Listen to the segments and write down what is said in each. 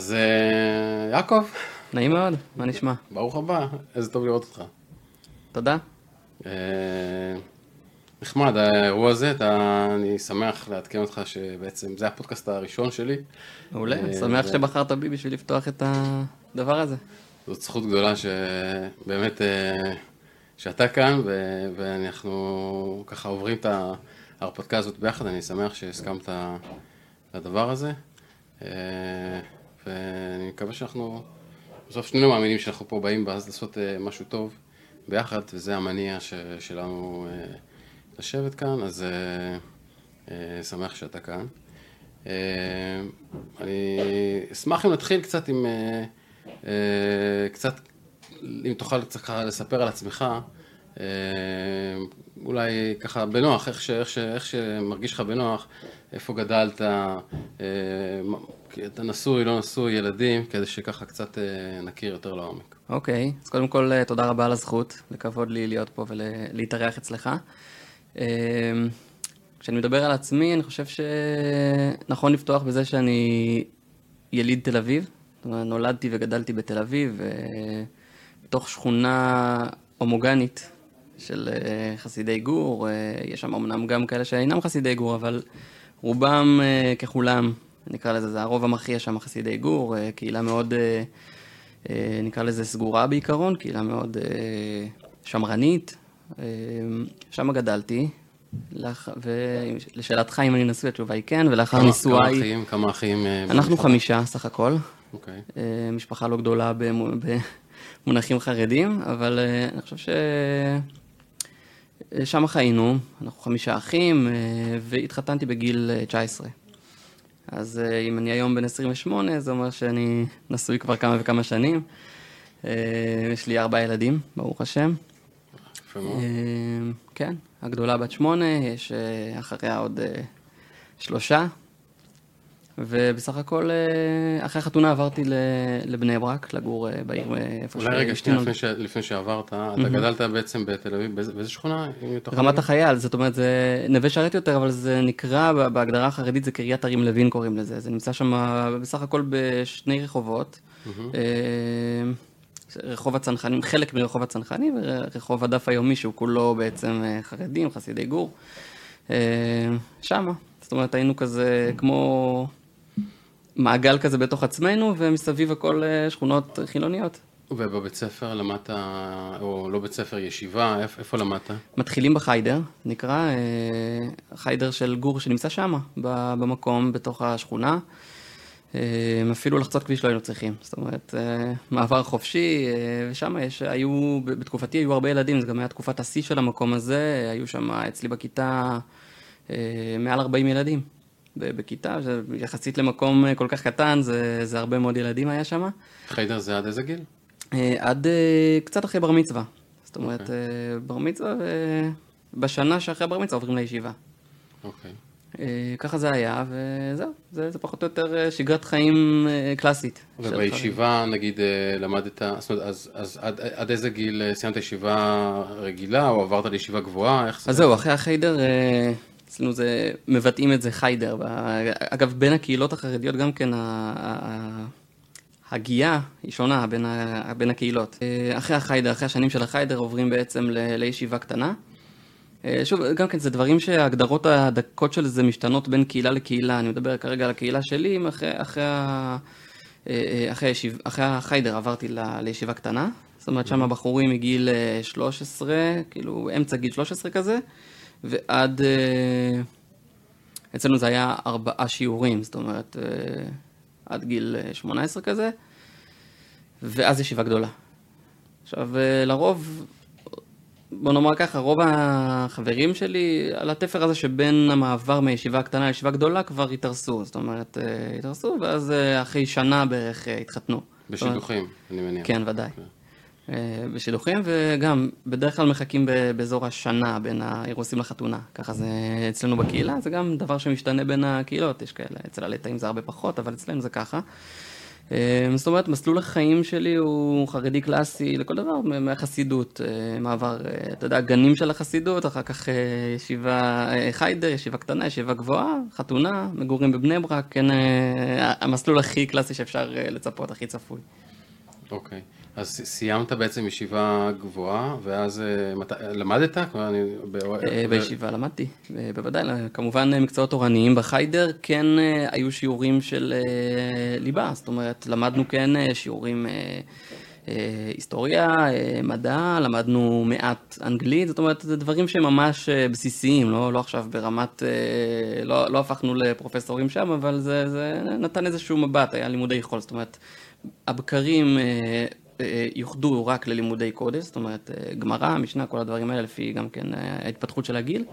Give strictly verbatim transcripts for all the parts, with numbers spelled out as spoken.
אז יעקב. נעים מאוד, מה נשמע? ברוך הבא, איזה טוב לראות אותך. תודה. נחמד, האירוע הזה, אתה, אני שמח לעדכן אותך שבעצם זה הפודקאסט הראשון שלי. מעולה, שמח שבחרת בי בשביל לפתוח את הדבר הזה. זאת זכות גדולה שבאמת, שאתה כאן, ואנחנו ככה עוברים את ההרפתקה הזאת ביחד, אני שמח שהסכמת לדבר הזה. ואני מקווה שאנחנו, בסוף שנינו מאמינים שאנחנו פה באים ואז לעשות משהו טוב ביחד, וזה המניע שלנו לשבת כאן, אז שמח שאתה כאן. אני אשמח אם נתחיל קצת עם, קצת, אם תוכל קצת לספר על עצמך, אולי ככה בנוח, איך, ש, איך, ש, איך שמרגיש לך בנוח, איפה גדלת, אתה נשוי, לא נשוי, ילדים, כדי שככה קצת נכיר יותר לעומק. אוקיי, אז קודם כל תודה רבה על הזכות, לכבוד לי להיות פה ולהתארח אצלך. כשאני מדבר על עצמי, אני חושב שנכון לפתוח בזה שאני יליד תל אביב, זאת אומרת, נולדתי וגדלתי בתל אביב, בתוך שכונה הומוגנית של חסידי גור, יש שם אמנם גם כאלה שאינם חסידי גור, אבל רובם ככולם, נקרא לזה, זה הרוב המכריע שם חסידי גור, קהילה מאוד, נקרא לזה סגורה בעיקרון, קהילה מאוד שמרנית, שם גדלתי, ולשאלתך אם אני נשוי, התשובה היא כן, ולאחר נישואי... כמה אחים? כמה אחים? אנחנו חמישה סך הכל. אוקיי. משפחה לא גדולה במונחים חרדים, אבל אני חושב ששם חיינו, אנחנו חמישה אחים, והתחתנתי בגיל תשע עשרה. אז אם אני היום בן עשרים ושמונה, זה אומר שאני נשוי כבר כמה וכמה שנים. יש לי ארבעה ילדים, ברוך השם. כן, הגדולה בת שמונה, יש אחריה עוד שלושה, ובסך הכל אחרי החתונה עברתי לבני ברק, לגור בעיר איפה ש... אולי רגע, שנייה לפני שעברת, אתה גדלת בעצם בתל אביב, באיזה שכונה? רמת החייל, זאת אומרת, זה נווה שרת יותר, אבל זה נקרא, בהגדרה החרדית זה קריית הרים לוין קוראים לזה, זה נמצא שם בסך הכל בשני רחובות, רחוב הצנחנים, חלק מרחוב הצנחנים, ורחוב הדף היומי, שהוא כולו בעצם חרדים, חסידי גור. שמה, זאת אומרת, היינו כזה כמו מעגל כזה בתוך עצמנו, ומסביב הכל שכונות חילוניות. ובבית ספר למדת, או לא בית ספר, ישיבה, איפה למדת? מתחילים בחיידר, נקרא, חיידר של גור שנמצא שמה, במקום, בתוך השכונה. אפילו לחצות כביש לא היינו צריכים, זאת אומרת, מעבר חופשי, ושם יש, היו, בתקופתי היו הרבה ילדים, זה גם היה תקופת השיא של המקום הזה, היו שם אצלי בכיתה מעל ארבעים ילדים בכיתה, יחסית למקום כל כך קטן, זה, זה הרבה מאוד ילדים היה שם. חיידר זה עד איזה גיל? עד קצת אחרי בר מצווה, זאת אומרת, okay. בר מצווה, ובשנה שאחרי בר מצווה עוברים לישיבה. אוקיי. Okay. ככה זה היה, וזהו, זה, זה פחות או יותר שגרת חיים קלאסית. ובישיבה, נגיד, למדת, זאת אומרת, אז, אז עד, עד איזה גיל סיימת ישיבה רגילה, או עברת לישיבה גבוהה? איך זה? אז זהו, אחרי החיידר, אצלנו זה, מבטאים את זה חיידר. אגב, בין הקהילות החרדיות גם כן, הגייה היא שונה בין, בין הקהילות. אחרי החיידר, אחרי השנים של החיידר, עוברים בעצם ל, לישיבה קטנה. שוב, גם כן, זה דברים שההגדרות הדקות של זה משתנות בין קהילה לקהילה. אני מדבר כרגע על הקהילה שלי, אחרי, אחרי, אחרי, ישיב, אחרי החיידר עברתי ל, לישיבה קטנה. זאת אומרת, שם הבחורים מגיל שלוש עשרה, כאילו אמצע גיל שלוש עשרה כזה, ועד, אצלנו זה היה ארבעה שיעורים, זאת אומרת, עד גיל שמונה עשרה כזה, ואז ישיבה גדולה. עכשיו, לרוב... בוא נאמר ככה, רוב החברים שלי על התפר הזה שבין המעבר מישיבה קטנה לישיבה גדולה כבר התארסו, זאת אומרת, התארסו, ואז אחרי שנה בערך התחתנו. בשידוכים, אני מניח. כן, ודאי. בשידוכים, וגם בדרך כלל מחכים באזור השנה בין האירוסים לחתונה. ככה זה אצלנו בקהילה, זה גם דבר שמשתנה בין הקהילות, יש כאלה, אצל הלטאים זה הרבה פחות, אבל אצלנו זה ככה. זאת אומרת, מסלול החיים שלי הוא חרדי קלאסי לכל דבר, מהחסידות, מעבר, אתה יודע, גנים של החסידות, אחר כך ישיבה חיידר, ישיבה קטנה, ישיבה גבוהה, חתונה, מגורים בבני ברק, כן, המסלול הכי קלאסי שאפשר לצפות, הכי צפוי. אוקיי, אז סיימת בעצם ישיבה גבוהה, ואז למדת? בישיבה למדתי, בוודאי, כמובן מקצועות תורניים בחיידר, כן היו שיעורים של ליבה, זאת אומרת, למדנו כן שיעורים היסטוריה, מדע, למדנו מעט אנגלית, זאת אומרת, זה דברים שהם ממש בסיסיים, לא, לא עכשיו ברמת, לא, לא הפכנו לפרופסורים שם, אבל זה, זה נתן איזשהו מבט, היה לימודי חול, זאת אומרת, הבקרים יוחדו רק ללימודי קודש, זאת אומרת, גמרא, משנה, כל הדברים האלה, לפי גם כן ההתפתחות של הגיל.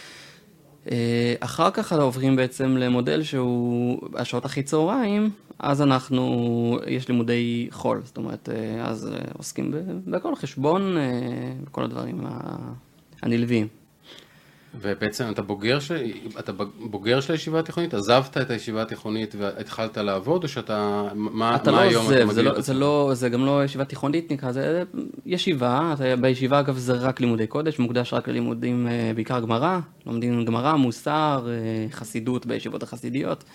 אחר כך עוברים בעצם למודל שהוא השעות אחרי צהריים, אז אנחנו, יש לימודי חול, זאת אומרת, אז עוסקים בכל חשבון, בכל הדברים הנלווים. ובעצם אתה בוגר של, אתה בוגר של הישיבה התיכונית, עזבת את הישיבה התיכונית והתחלת לעבוד, או שאתה, מה, אתה מה לא היום עוזב, אתה מגיע? זה, לא, זה, לא, זה גם לא ישיבה תיכונית נקרא, זה ישיבה, בישיבה אגב זה רק לימודי קודש, מוקדש רק ללימודים בעיקר גמרא, לומדים גמרא, מוסר, חסידות בישיבות החסידיות.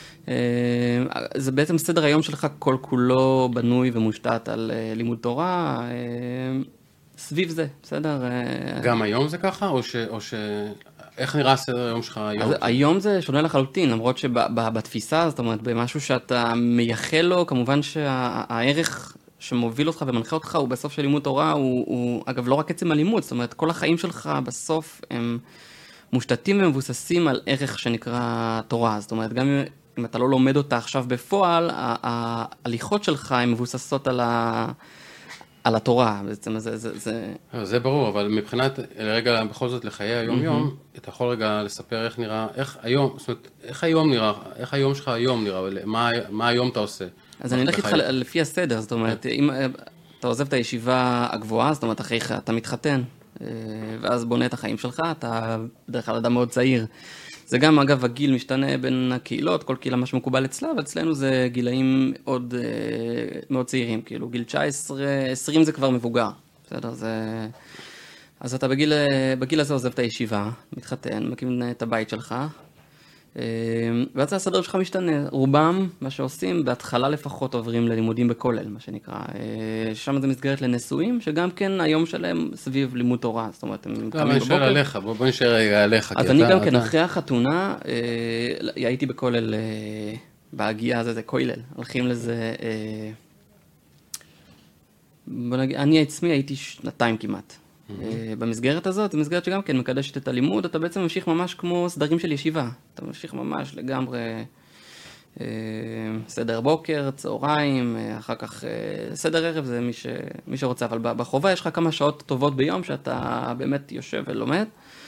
זה בעצם סדר היום שלך כל כולו בנוי ומושתת על לימוד תורה, סביב זה, בסדר? גם היום זה ככה, או ש... או ש... איך נראה הסדר היום שלך היום? אז היום זה שונה לחלוטין, למרות שבתפיסה, זאת אומרת, במשהו שאתה מייחל לו, כמובן שהערך שמוביל אותך ומנחה אותך, הוא בסוף של לימוד תורה, הוא, הוא אגב, לא רק עצם הלימוד, זאת אומרת, כל החיים שלך בסוף הם מושתתים ומבוססים על ערך שנקרא תורה, זאת אומרת, גם אם, אם אתה לא לומד אותה עכשיו בפועל, ההליכות שלך הן מבוססות על ה... על התורה, בעצם זה, זה, זה... זה ברור, אבל מבחינת, רגע, בכל זאת לחיי היום-יום, אתה יכול רגע לספר איך נראה, איך היום, זאת אומרת, איך היום נראה, איך היום שלך היום נראה, מה, מה היום אתה עושה? אז אני אלך איתך לפי הסדר, זאת אומרת, אם אתה עוזב את הישיבה הגבוהה, זאת אומרת, אחריך אתה מתחתן, ואז בונה את החיים שלך, אתה בדרך כלל אדם מאוד צעיר. זה גם, אגב, הגיל משתנה בין הקהילות, כל קהילה מה שמקובל אצלה, אבל אצלנו זה גילאים עוד מאוד צעירים, כאילו גיל תשע עשרה, עשרים זה כבר מבוגר, בסדר? זה... אז אתה בגיל, בגיל הזה עוזב את הישיבה, מתחתן, מקים את הבית שלך, ואז הסדר שלך משתנה. רובם, מה שעושים, בהתחלה לפחות עוברים ללימודים בכולל, מה שנקרא. שם זה מסגרת לנשואים, שגם כן היום שלהם סביב לימוד תורה. זאת אומרת, הם קמים בבוקר. אני עליך, בוא נשאר רגע עליך. אז אני גם כן, אחרי החתונה, הייתי בכולל, בהגיעה הזה, זה כולל. הולכים לזה, אני עצמי הייתי שנתיים כמעט. במסגרת הזאת, במסגרת שגם כן מקדשת את הלימוד, אתה בעצם ממשיך ממש כמו סדרים של ישיבה. אתה ממשיך ממש לגמרי סדר בוקר, צהריים, אחר כך סדר ערב, זה מי, ש, מי שרוצה. אבל בחובה יש לך כמה שעות טובות ביום שאתה באמת יושב ולומד.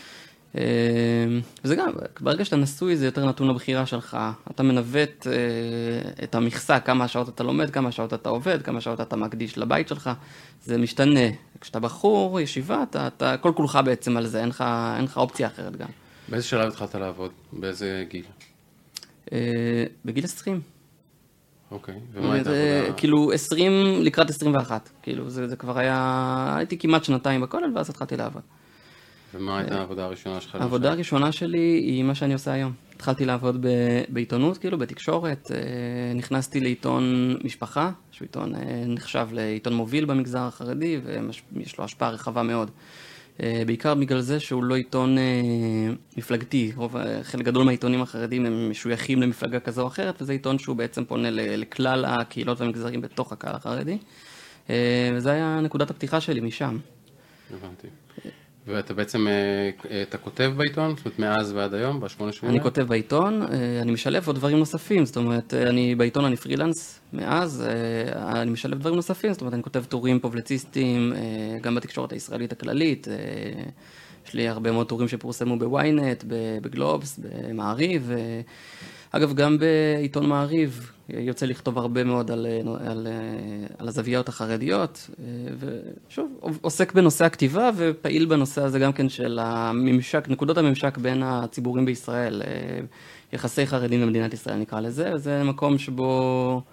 וזה גם, ברגע שאתה נשוי זה יותר נתון לבחירה שלך. אתה מנווט את המכסה, כמה שעות אתה לומד, כמה שעות אתה עובד, כמה שעות אתה מקדיש לבית שלך. זה משתנה. כשאתה בחור, ישיבה, אתה, אתה כל כולך בעצם על זה, אין לך, אין לך אופציה אחרת גם. באיזה שלב התחלת לעבוד? באיזה גיל? בגיל עשרים. אוקיי, ומה הייתה עבודה? כאילו עשרים לקראת עשרים ואחת. כאילו זה, זה כבר היה, הייתי כמעט שנתיים בכולל ואז התחלתי לעבוד. ומה הייתה העבודה הראשונה שלך? העבודה הראשונה שלי היא מה שאני עושה היום. התחלתי לעבוד בעיתונות, כאילו, בתקשורת. נכנסתי לעיתון משפחה, שהוא עיתון נחשב לעיתון מוביל במגזר החרדי, ויש לו השפעה רחבה מאוד. בעיקר בגלל זה שהוא לא עיתון מפלגתי. חלק גדול מהעיתונים החרדים הם משויכים למפלגה כזו או אחרת, וזה עיתון שהוא בעצם פונה לכלל הקהילות והמגזרים בתוך הקהל החרדי. וזה היה נקודת הפתיחה שלי משם. הבנתי. ואתה בעצם, אתה כותב בעיתון? זאת אומרת, מאז ועד היום, בשמונה שנים? אני כותב בעיתון, אני משלב עוד דברים נוספים, זאת אומרת, אני בעיתון אני פרילנס מאז, אני משלב דברים נוספים, זאת אומרת, אני כותב טורים פובליציסטיים, גם בתקשורת הישראלית הכללית, יש לי הרבה מאוד טורים שפורסמו בוויינט, בגלובס, במעריב, אגב, גם בעיתון מעריב יוצא לכתוב הרבה מאוד על, על, על הזוויות החרדיות, ושוב, עוסק בנושא הכתיבה ופעיל בנושא הזה גם כן של הממשק, נקודות הממשק בין הציבורים בישראל, יחסי חרדים במדינת ישראל נקרא לזה, וזה מקום שבו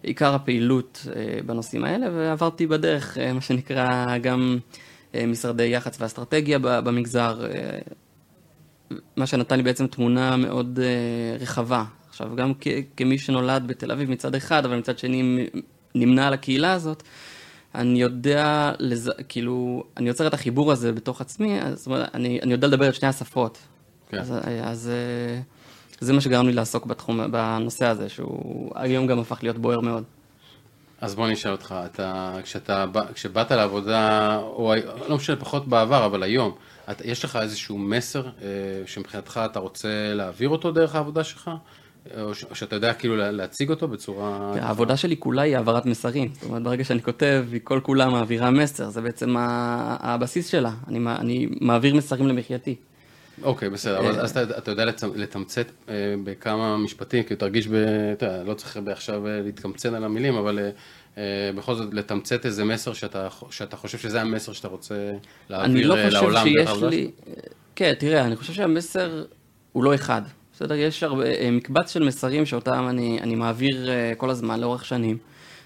עיקר הפעילות בנושאים האלה, ועברתי בדרך, מה שנקרא, גם משרדי יח"צ ואסטרטגיה במגזר, מה שנתן לי בעצם תמונה מאוד רחבה. עכשיו, גם כמי שנולד בתל אביב מצד אחד, אבל מצד שני נמנה על הקהילה הזאת, אני יודע, לז... כאילו, אני יוצר את החיבור הזה בתוך עצמי, אז אני, אני יודע לדבר את שני השפות. כן. אז, אז זה מה שגרם לי לעסוק בתחום, בנושא הזה, שהוא היום גם הפך להיות בוער מאוד. אז בוא נשאל אותך, אתה, כשאתה, כשבאת לעבודה, או לא משנה פחות בעבר, אבל היום, אתה, יש לך איזשהו מסר שמבחינתך אתה רוצה להעביר אותו דרך העבודה שלך? או שאתה יודע כאילו להציג אותו בצורה... העבודה שלי כולה היא העברת מסרים. זאת אומרת, ברגע שאני כותב, היא כל כולה מעבירה מסר. זה בעצם הבסיס שלה. אני, אני מעביר מסרים למחייתי. אוקיי, בסדר. אבל אז אתה יודע לתמצת בכמה משפטים, כי תרגיש, לא צריך עכשיו להתקמצן על המילים, אבל בכל זאת לתמצת איזה מסר שאתה חושב שזה המסר שאתה רוצה להעביר לעולם. אני לא חושב שיש לי... כן, תראה, אני חושב שהמסר הוא לא אחד. בסדר, יש הרבה, מקבץ של מסרים שאותם אני, אני מעביר כל הזמן, לאורך שנים.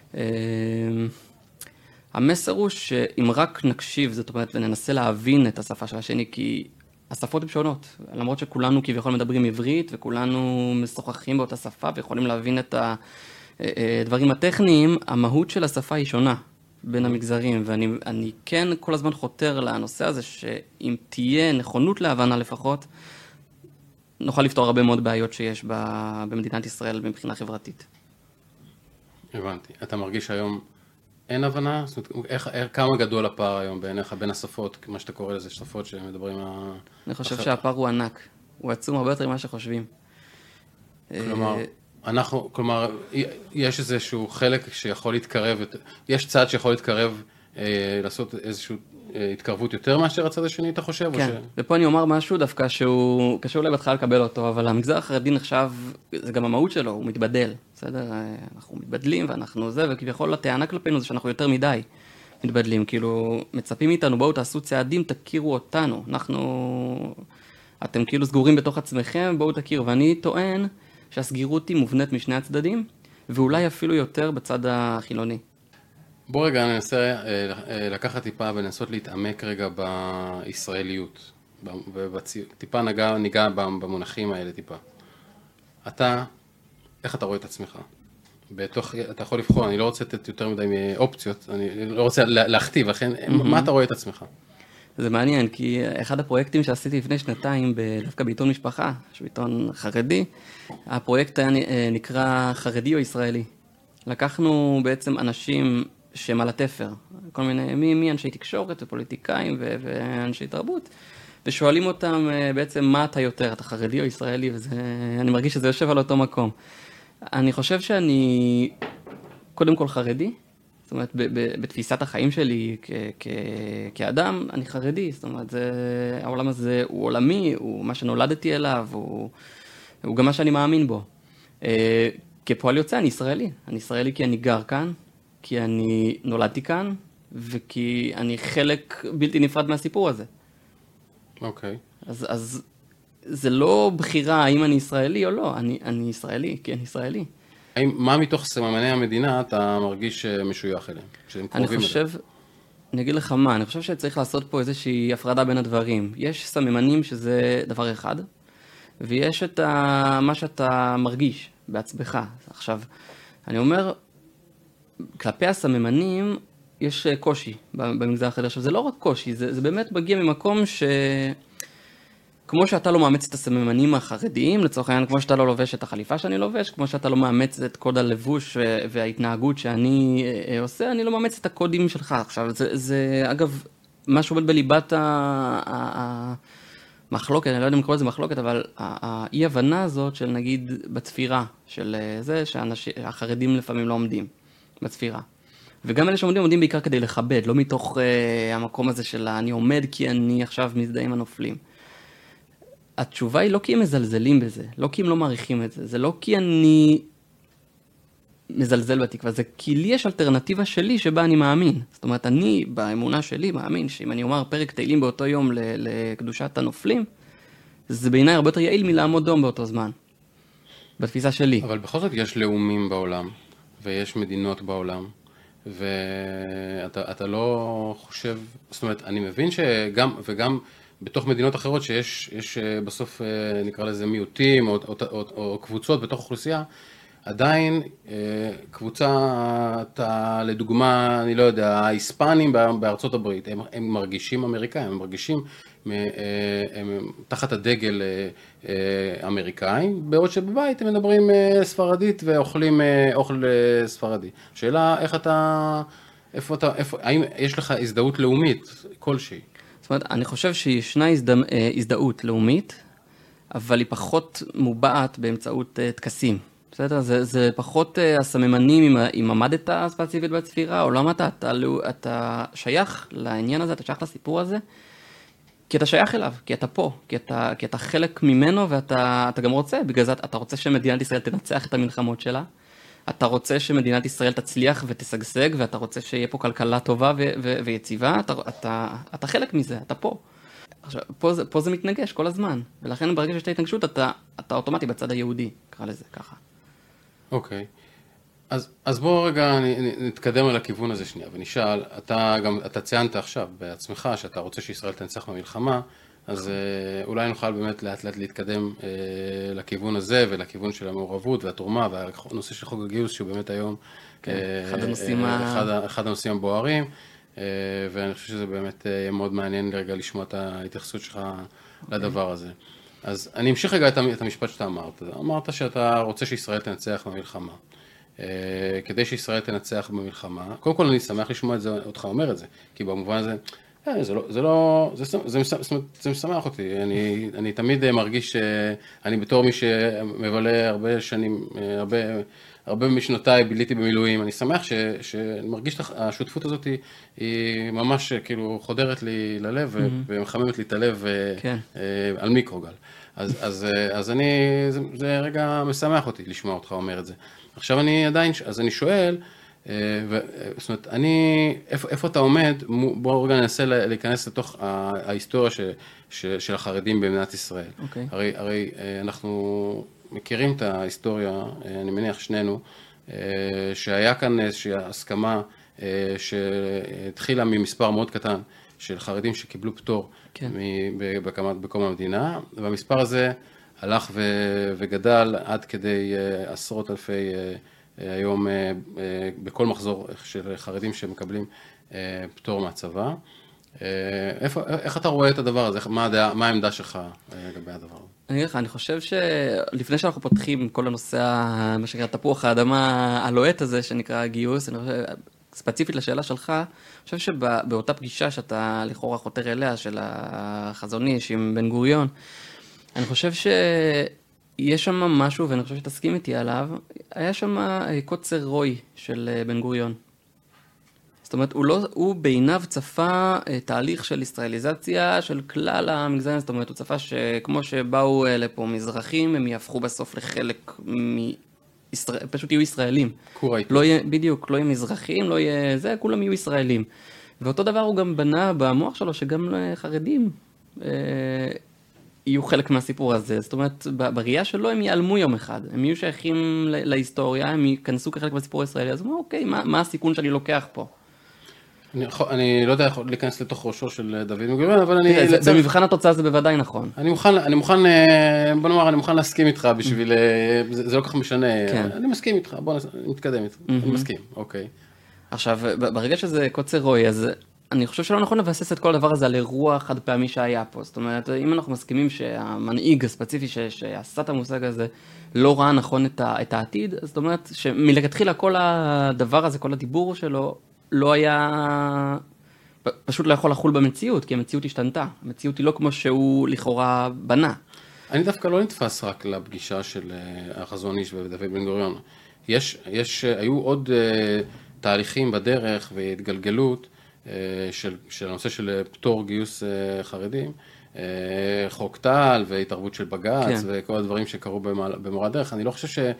המסר הוא שאם רק נקשיב, זאת אומרת, וננסה להבין את השפה של השני, כי השפות הן שונות. למרות שכולנו כביכול מדברים עברית, וכולנו משוחחים באותה שפה, ויכולים להבין את הדברים הטכניים, המהות של השפה היא שונה בין המגזרים, ואני אני כן כל הזמן חותר לנושא הזה, שאם תהיה נכונות להבנה לפחות, נוכל לפתור הרבה מאוד בעיות שיש במדינת ישראל מבחינה חברתית. הבנתי. אתה מרגיש היום אין הבנה? זאת אומרת, איך, כמה גדול הפער היום בעיניך, בין השפות, מה שאתה קורא לזה, שפות שמדברים... אני חושב שהפער הוא ענק. הוא עצום הרבה יותר ממה שחושבים. כלומר, אנחנו, כלומר, יש איזשהו חלק שיכול להתקרב, יש צד שיכול להתקרב, לעשות איזשהו התקרבות יותר מאשר הצד השני, אתה חושב? כן, ופה אני אומר משהו דווקא שהוא קשה אולי בהתחלה לקבל אותו, אבל המגזר החרדי נחשב, זה גם המהות שלו, הוא מתבדל, בסדר? אנחנו מתבדלים ואנחנו זה, וכביכול הטענה כלפינו זה שאנחנו יותר מדי מתבדלים, כאילו מצפים מאיתנו, בואו תעשו צעדים, תכירו אותנו, אנחנו, אתם כאילו סגורים בתוך עצמכם, בואו תכירו, ואני טוען שהסגירות היא מובנית משני הצדדים, ואולי אפילו יותר בצד החילוני. בוא רגע ננסה לקחת טיפה ולנסות להתעמק רגע בישראליות, וטיפה ניגע, ניגע במונחים האלה טיפה. אתה, איך אתה רואה את עצמך? בתוך, אתה יכול לבחור, אני לא רוצה לתת יותר מדי אופציות, אני לא רוצה להכתיב, לכן, מה אתה רואה את עצמך? זה מעניין, כי אחד הפרויקטים שעשיתי לפני שנתיים, דווקא בעיתון משפחה, בעיתון חרדי, הפרויקט היה נקרא חרדי או ישראלי. לקחנו בעצם אנשים שהם על התפר, כל מיני, מי, מי אנשי תקשורת ופוליטיקאים ו- ואנשי תרבות, ושואלים אותם בעצם מה אתה יותר, אתה חרדי או ישראלי, ואני מרגיש שזה יושב על אותו מקום. אני חושב שאני קודם כל חרדי, זאת אומרת, ב- ב- בתפיסת החיים שלי כ- כ- כאדם, אני חרדי, זאת אומרת, זה, העולם הזה הוא עולמי, הוא מה שנולדתי אליו, הוא, הוא גם מה שאני מאמין בו. כפועל יוצא, אני ישראלי, אני ישראלי כי אני גר כאן, כי אני נולדתי כאן, וכי אני חלק בלתי נפרד מהסיפור הזה. אוקיי. Okay. אז, אז זה לא בחירה האם אני ישראלי או לא, אני, אני ישראלי, כי אני ישראלי. האם, מה מתוך סממני המדינה אתה מרגיש משוייך אליהם? אני חושב, אליהם? אני אגיד לך מה, אני חושב שצריך לעשות פה איזושהי הפרדה בין הדברים. יש סממנים שזה דבר אחד, ויש את ה, מה שאתה מרגיש בעצמך. עכשיו, אני אומר, כלפי הסממנים יש קושי במגזר החרדי. עכשיו, זה לא רק קושי, זה, זה באמת מגיע ממקום ש... כמו שאתה לא מאמץ את הסממנים החרדיים, לצורך העניין, כמו שאתה לא לובש את החליפה שאני לובש, כמו שאתה לא מאמץ את קוד הלבוש וההתנהגות שאני עושה, אני לא מאמץ את הקודים שלך. עכשיו, זה, זה אגב, מה שעומד בליבת המחלוקת, אני לא יודע אם לקרוא לזה מחלוקת, אבל האי-הבנה הזאת של נגיד בצפירה, של זה שהחרדים לפעמים לא עומדים בצפירה. וגם אלה שעומדים, עומדים בעיקר כדי לכבד, לא מתוך uh, המקום הזה של אני עומד כי אני עכשיו מזדהה עם הנופלים. התשובה היא לא כי הם מזלזלים בזה, לא כי הם לא מעריכים את זה, זה לא כי אני מזלזל בתקווה, זה כי לי יש אלטרנטיבה שלי שבה אני מאמין. זאת אומרת, אני באמונה שלי מאמין שאם אני אומר פרק תהילים באותו יום לקדושת הנופלים, זה בעיניי הרבה יותר יעיל מלעמוד דום באותו זמן, בתפיסה שלי. אבל בכל זאת יש לאומים בעולם. ויש מדינות בעולם, ואתה אתה לא חושב, זאת אומרת, אני מבין שגם, וגם בתוך מדינות אחרות שיש יש בסוף, נקרא לזה מיעוטים, או, או, או, או קבוצות בתוך אוכלוסייה, עדיין קבוצת, לדוגמה, אני לא יודע, ההיספנים בארצות הברית, הם, הם מרגישים אמריקאים, הם מרגישים הם תחת הדגל אמריקאים, בעוד שבבית הם מדברים ספרדית ואוכלים אוכל ספרדי. שאלה, איך אתה, איפה אתה, איפה, האם יש לך הזדהות לאומית כלשהי? זאת אומרת, אני חושב שישנה הזדהות לאומית, אבל היא פחות מובעת באמצעות טקסים. בסדר? זה, זה פחות uh, הסממנים אם, אם עמדת ספציפית בצפירה או לא עמדת, אתה, אתה שייך לעניין הזה, אתה שייך לסיפור הזה, כי אתה שייך אליו, כי אתה פה, כי אתה, כי אתה חלק ממנו ואתה אתה גם רוצה, בגלל זה אתה רוצה שמדינת ישראל תנצח את המלחמות שלה, אתה רוצה שמדינת ישראל תצליח ותשגשג, ואתה רוצה שיהיה פה כלכלה טובה ו- ו- ויציבה, אתה, אתה, אתה חלק מזה, אתה פה. עכשיו, פה זה, פה זה מתנגש כל הזמן, ולכן ברגע שיש את ההתנגשות, אתה, אתה אוטומטי בצד היהודי, קרא לזה ככה. אוקיי. אז, אז בואו רגע נתקדם על הכיוון הזה שנייה, ונשאל, אתה גם, אתה ציינת עכשיו בעצמך שאתה רוצה שישראל תנצח במלחמה, אז אולי נוכל באמת לאט לאט להתקדם לכיוון הזה ולכיוון של המעורבות והתרומה והנושא של חוק הגיוס שהוא באמת היום אחד הנושאים אחד, אחד הנושאים הבוערים, ואני חושב שזה באמת יהיה מאוד מעניין לרגע לשמוע את ההתייחסות שלך לדבר הזה. אז אני אמשיך רגע את המשפט שאתה אמרת. אמרת שאתה רוצה שישראל תנצח במלחמה. כדי שישראל תנצח במלחמה, קודם כל אני שמח לשמוע את זה, אותך אומר את זה, כי במובן הזה, זה לא, זה לא, זה, זה, זה, זה משמח אותי. אני, אני תמיד מרגיש שאני בתור מי שמבלה הרבה שנים, הרבה, הרבה משנותיי ביליתי במילואים, אני שמח ש, שאני מרגיש שהשותפות הזאת היא, היא ממש כאילו חודרת לי ללב mm-hmm. ומחממת לי את הלב כן. על מיקרוגל. אז, אז, אז אני, זה, זה רגע משמח אותי לשמוע אותך אומר את זה. עכשיו אני עדיין, אז אני שואל, ו, זאת אומרת, אני, איפה, איפה אתה עומד, בואו רגע ננסה להיכנס לתוך ההיסטוריה ש, ש, של החרדים במדינת ישראל. Okay. הרי, הרי אנחנו מכירים את ההיסטוריה, אני מניח שנינו, שהיה כאן איזושהי הסכמה שהתחילה ממספר מאוד קטן של חרדים שקיבלו פטור כן. בקום המדינה, והמספר הזה הלך וגדל עד כדי עשרות אלפי היום בכל מחזור של חרדים שמקבלים פטור מהצבא. איפה, איך אתה רואה את הדבר הזה? מה, הדעה, מה העמדה שלך לגבי הדבר הזה? אני אגיד לך, אני חושב שלפני שאנחנו פותחים כל הנושא, מה שנקרא תפוח האדמה הלוהט הזה שנקרא גיוס, אני חושב, ספציפית לשאלה שלך, אני חושב שבאותה פגישה שאתה לכאורה חותר אליה של החזון איש עם בן גוריון, אני חושב שיש שם משהו, ואני חושב שתסכים איתי עליו, היה שם קוצר רוי של בן גוריון. זאת אומרת, הוא, לא, הוא בעיניו צפה תהליך של ישראליזציה של כלל המגזרים, זאת אומרת, הוא צפה שכמו שבאו לפה מזרחים, הם יהפכו בסוף לחלק מ... ישראל, פשוט יהיו ישראלים. לא יהיה, בדיוק, לא יהיו מזרחים, לא יהיה זה, כולם יהיו ישראלים. ואותו דבר הוא גם בנה במוח שלו, שגם חרדים אה, יהיו חלק מהסיפור הזה. זאת אומרת, בראייה שלו הם ייעלמו יום אחד. הם יהיו שייכים להיסטוריה, הם ייכנסו כחלק מהסיפור הישראלי. אז הוא אומר, אוקיי, מה, מה הסיכון שאני לוקח פה? אני, אני לא יודע איך להיכנס לתוך ראשו של דוד בן-גוריון, אבל אני... תראה, לצר... במבחן התוצאה זה בוודאי נכון. אני מוכן, אני מוכן, בוא נאמר, אני מוכן להסכים איתך בשביל... זה, זה לא כך משנה. כן. אני מסכים איתך, בוא נתקדם איתך. Mm-hmm. אני מסכים, אוקיי. עכשיו, ברגע שזה קוצר רוי, אז אני חושב שלא נכון לבסס את כל הדבר הזה על אירוע חד פעמי שהיה פה. זאת אומרת, אם אנחנו מסכימים שהמנהיג הספציפי ש... שעשה את המושג הזה לא ראה נכון את, ה... את העתיד, אז זאת אומרת שמלכתחילה כל הדבר הזה, כל הדיבור שלו, לא היה, פשוט לא יכול לחול במציאות, כי המציאות השתנתה. המציאות היא לא כמו שהוא לכאורה בנה. אני דווקא לא נתפס רק לפגישה של החזון איש ודוד בן גוריון. יש, יש, היו עוד תהליכים בדרך והתגלגלות של, של הנושא של פטור גיוס חרדים, חוק טל והתערבות של בג"ץ כן. וכל הדברים שקרו במורד הדרך. אני לא חושב ש...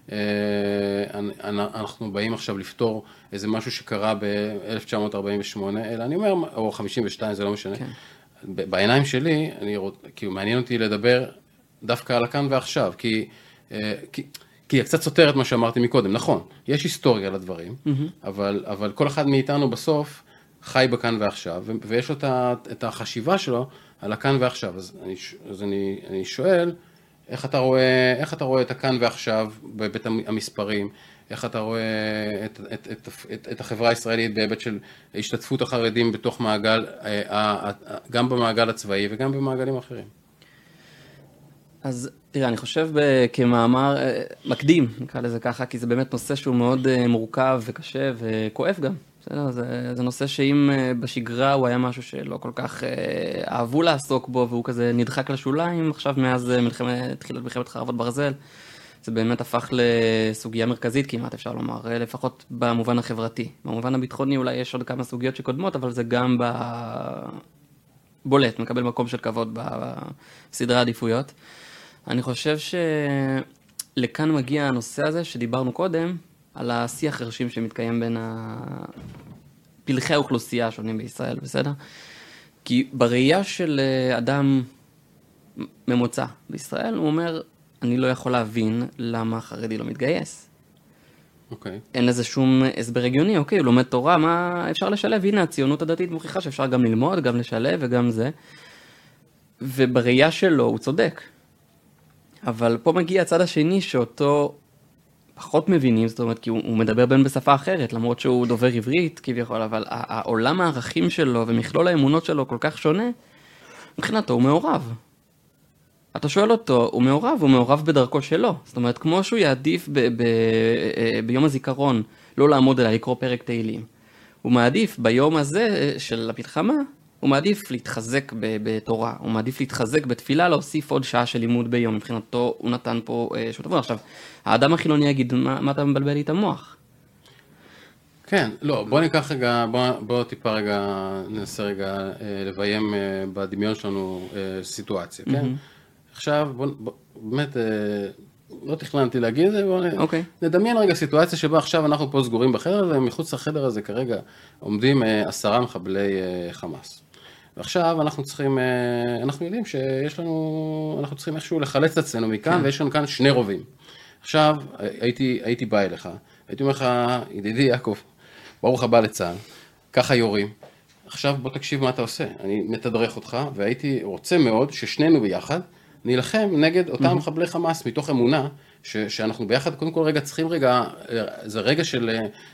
אנחנו באים עכשיו לפתור איזה משהו שקרה ב-אלף תשע מאות ארבעים ושמונה, אלא אני אומר, או חמישים ושתיים, זה לא משנה. כן. בעיניים שלי, אני, כאילו, מעניין אותי לדבר דווקא על הכאן ועכשיו, כי, כי, כי היא קצת סותרת מה שאמרתי מקודם, נכון, יש היסטוריה לדברים, אבל, אבל כל אחד מאיתנו בסוף חי בכאן ועכשיו, ויש לו את החשיבה שלו על הכאן ועכשיו. אז אני, אז אני, אני שואל, איך אתה רואה, איך אתה רואה את הכאן ועכשיו בהיבט המספרים, איך אתה רואה את, את, את, את, את החברה הישראלית בהיבט של השתתפות החרדים בתוך מעגל, גם במעגל הצבאי וגם במעגלים אחרים? אז תראה, אני חושב כמאמר מקדים, נקרא לזה ככה, כי זה באמת נושא שהוא מאוד מורכב וקשה וכואב גם. בסדר? זה, זה נושא שאם בשגרה הוא היה משהו שלא כל כך אהבו לעסוק בו, והוא כזה נדחק לשוליים, עכשיו מאז מלחמת, תחילת מלחמת חרבות ברזל, זה באמת הפך לסוגיה מרכזית כמעט, אפשר לומר, לפחות במובן החברתי. במובן הביטחוני אולי יש עוד כמה סוגיות שקודמות, אבל זה גם בולט, מקבל מקום של כבוד בסדרי העדיפויות. אני חושב שלכאן מגיע הנושא הזה שדיברנו קודם, על השיח הרשים שמתקיים בין פלחי האוכלוסייה השונים בישראל, בסדר? כי בראייה של אדם ממוצע בישראל, הוא אומר, אני לא יכול להבין למה חרדי לא מתגייס. אוקיי. אין לזה שום הסבר הגיוני, אוקיי, הוא לומד תורה, מה אפשר לשלב? הנה, הציונות הדתית מוכיחה שאפשר גם ללמוד, גם לשלב וגם זה. ובראייה שלו הוא צודק. אבל פה מגיע הצד השני שאותו פחות מבינים, זאת אומרת, כי הוא, הוא מדבר בין בשפה אחרת, למרות שהוא דובר עברית כביכול, אבל העולם הערכים שלו ומכלול האמונות שלו כל כך שונה, מבחינתו הוא מעורב. אתה שואל אותו, הוא מעורב, הוא מעורב בדרכו שלו. זאת אומרת, כמו שהוא יעדיף ב- ב- ביום הזיכרון לא לעמוד אלא לקרוא פרק תהילים. הוא מעדיף ביום הזה של המלחמה, הוא מעדיף להתחזק ב- בתורה, הוא מעדיף להתחזק בתפילה, להוסיף עוד שעה של לימוד ביום. מבחינתו הוא נתן פה שותפות. עכשיו, האדם החילוני יגיד, מה, מה אתה מבלבל לי את המוח? כן, לא, בוא ניקח רגע, בוא, בוא טיפה רגע, ננסה רגע לביים בדמיון שלנו סיטואציה, כן? Mm-hmm. עכשיו, בוא, בוא, באמת, לא תכננתי להגיד את זה, בוא okay. נדמיין רגע סיטואציה שבה עכשיו אנחנו פה סגורים בחדר, ומחוץ לחדר הזה כרגע עומדים עשרה מחבלי חמאס. ועכשיו אנחנו צריכים, אנחנו יודעים שיש לנו, אנחנו צריכים איכשהו לחלץ את עצמנו מכאן, okay. ויש לנו כאן שני רובים. עכשיו, הייתי, הייתי בא אליך, הייתי אומר לך, ידידי יעקב, ברוך הבא לצה"ל, ככה יורים. עכשיו בוא תקשיב מה אתה עושה, אני מתדרך אותך, והייתי רוצה מאוד ששנינו ביחד, נלחם נגד אותם חבלי חמאס, מתוך אמונה, ש, שאנחנו ביחד, קודם כל רגע צריכים רגע, זה רגע של,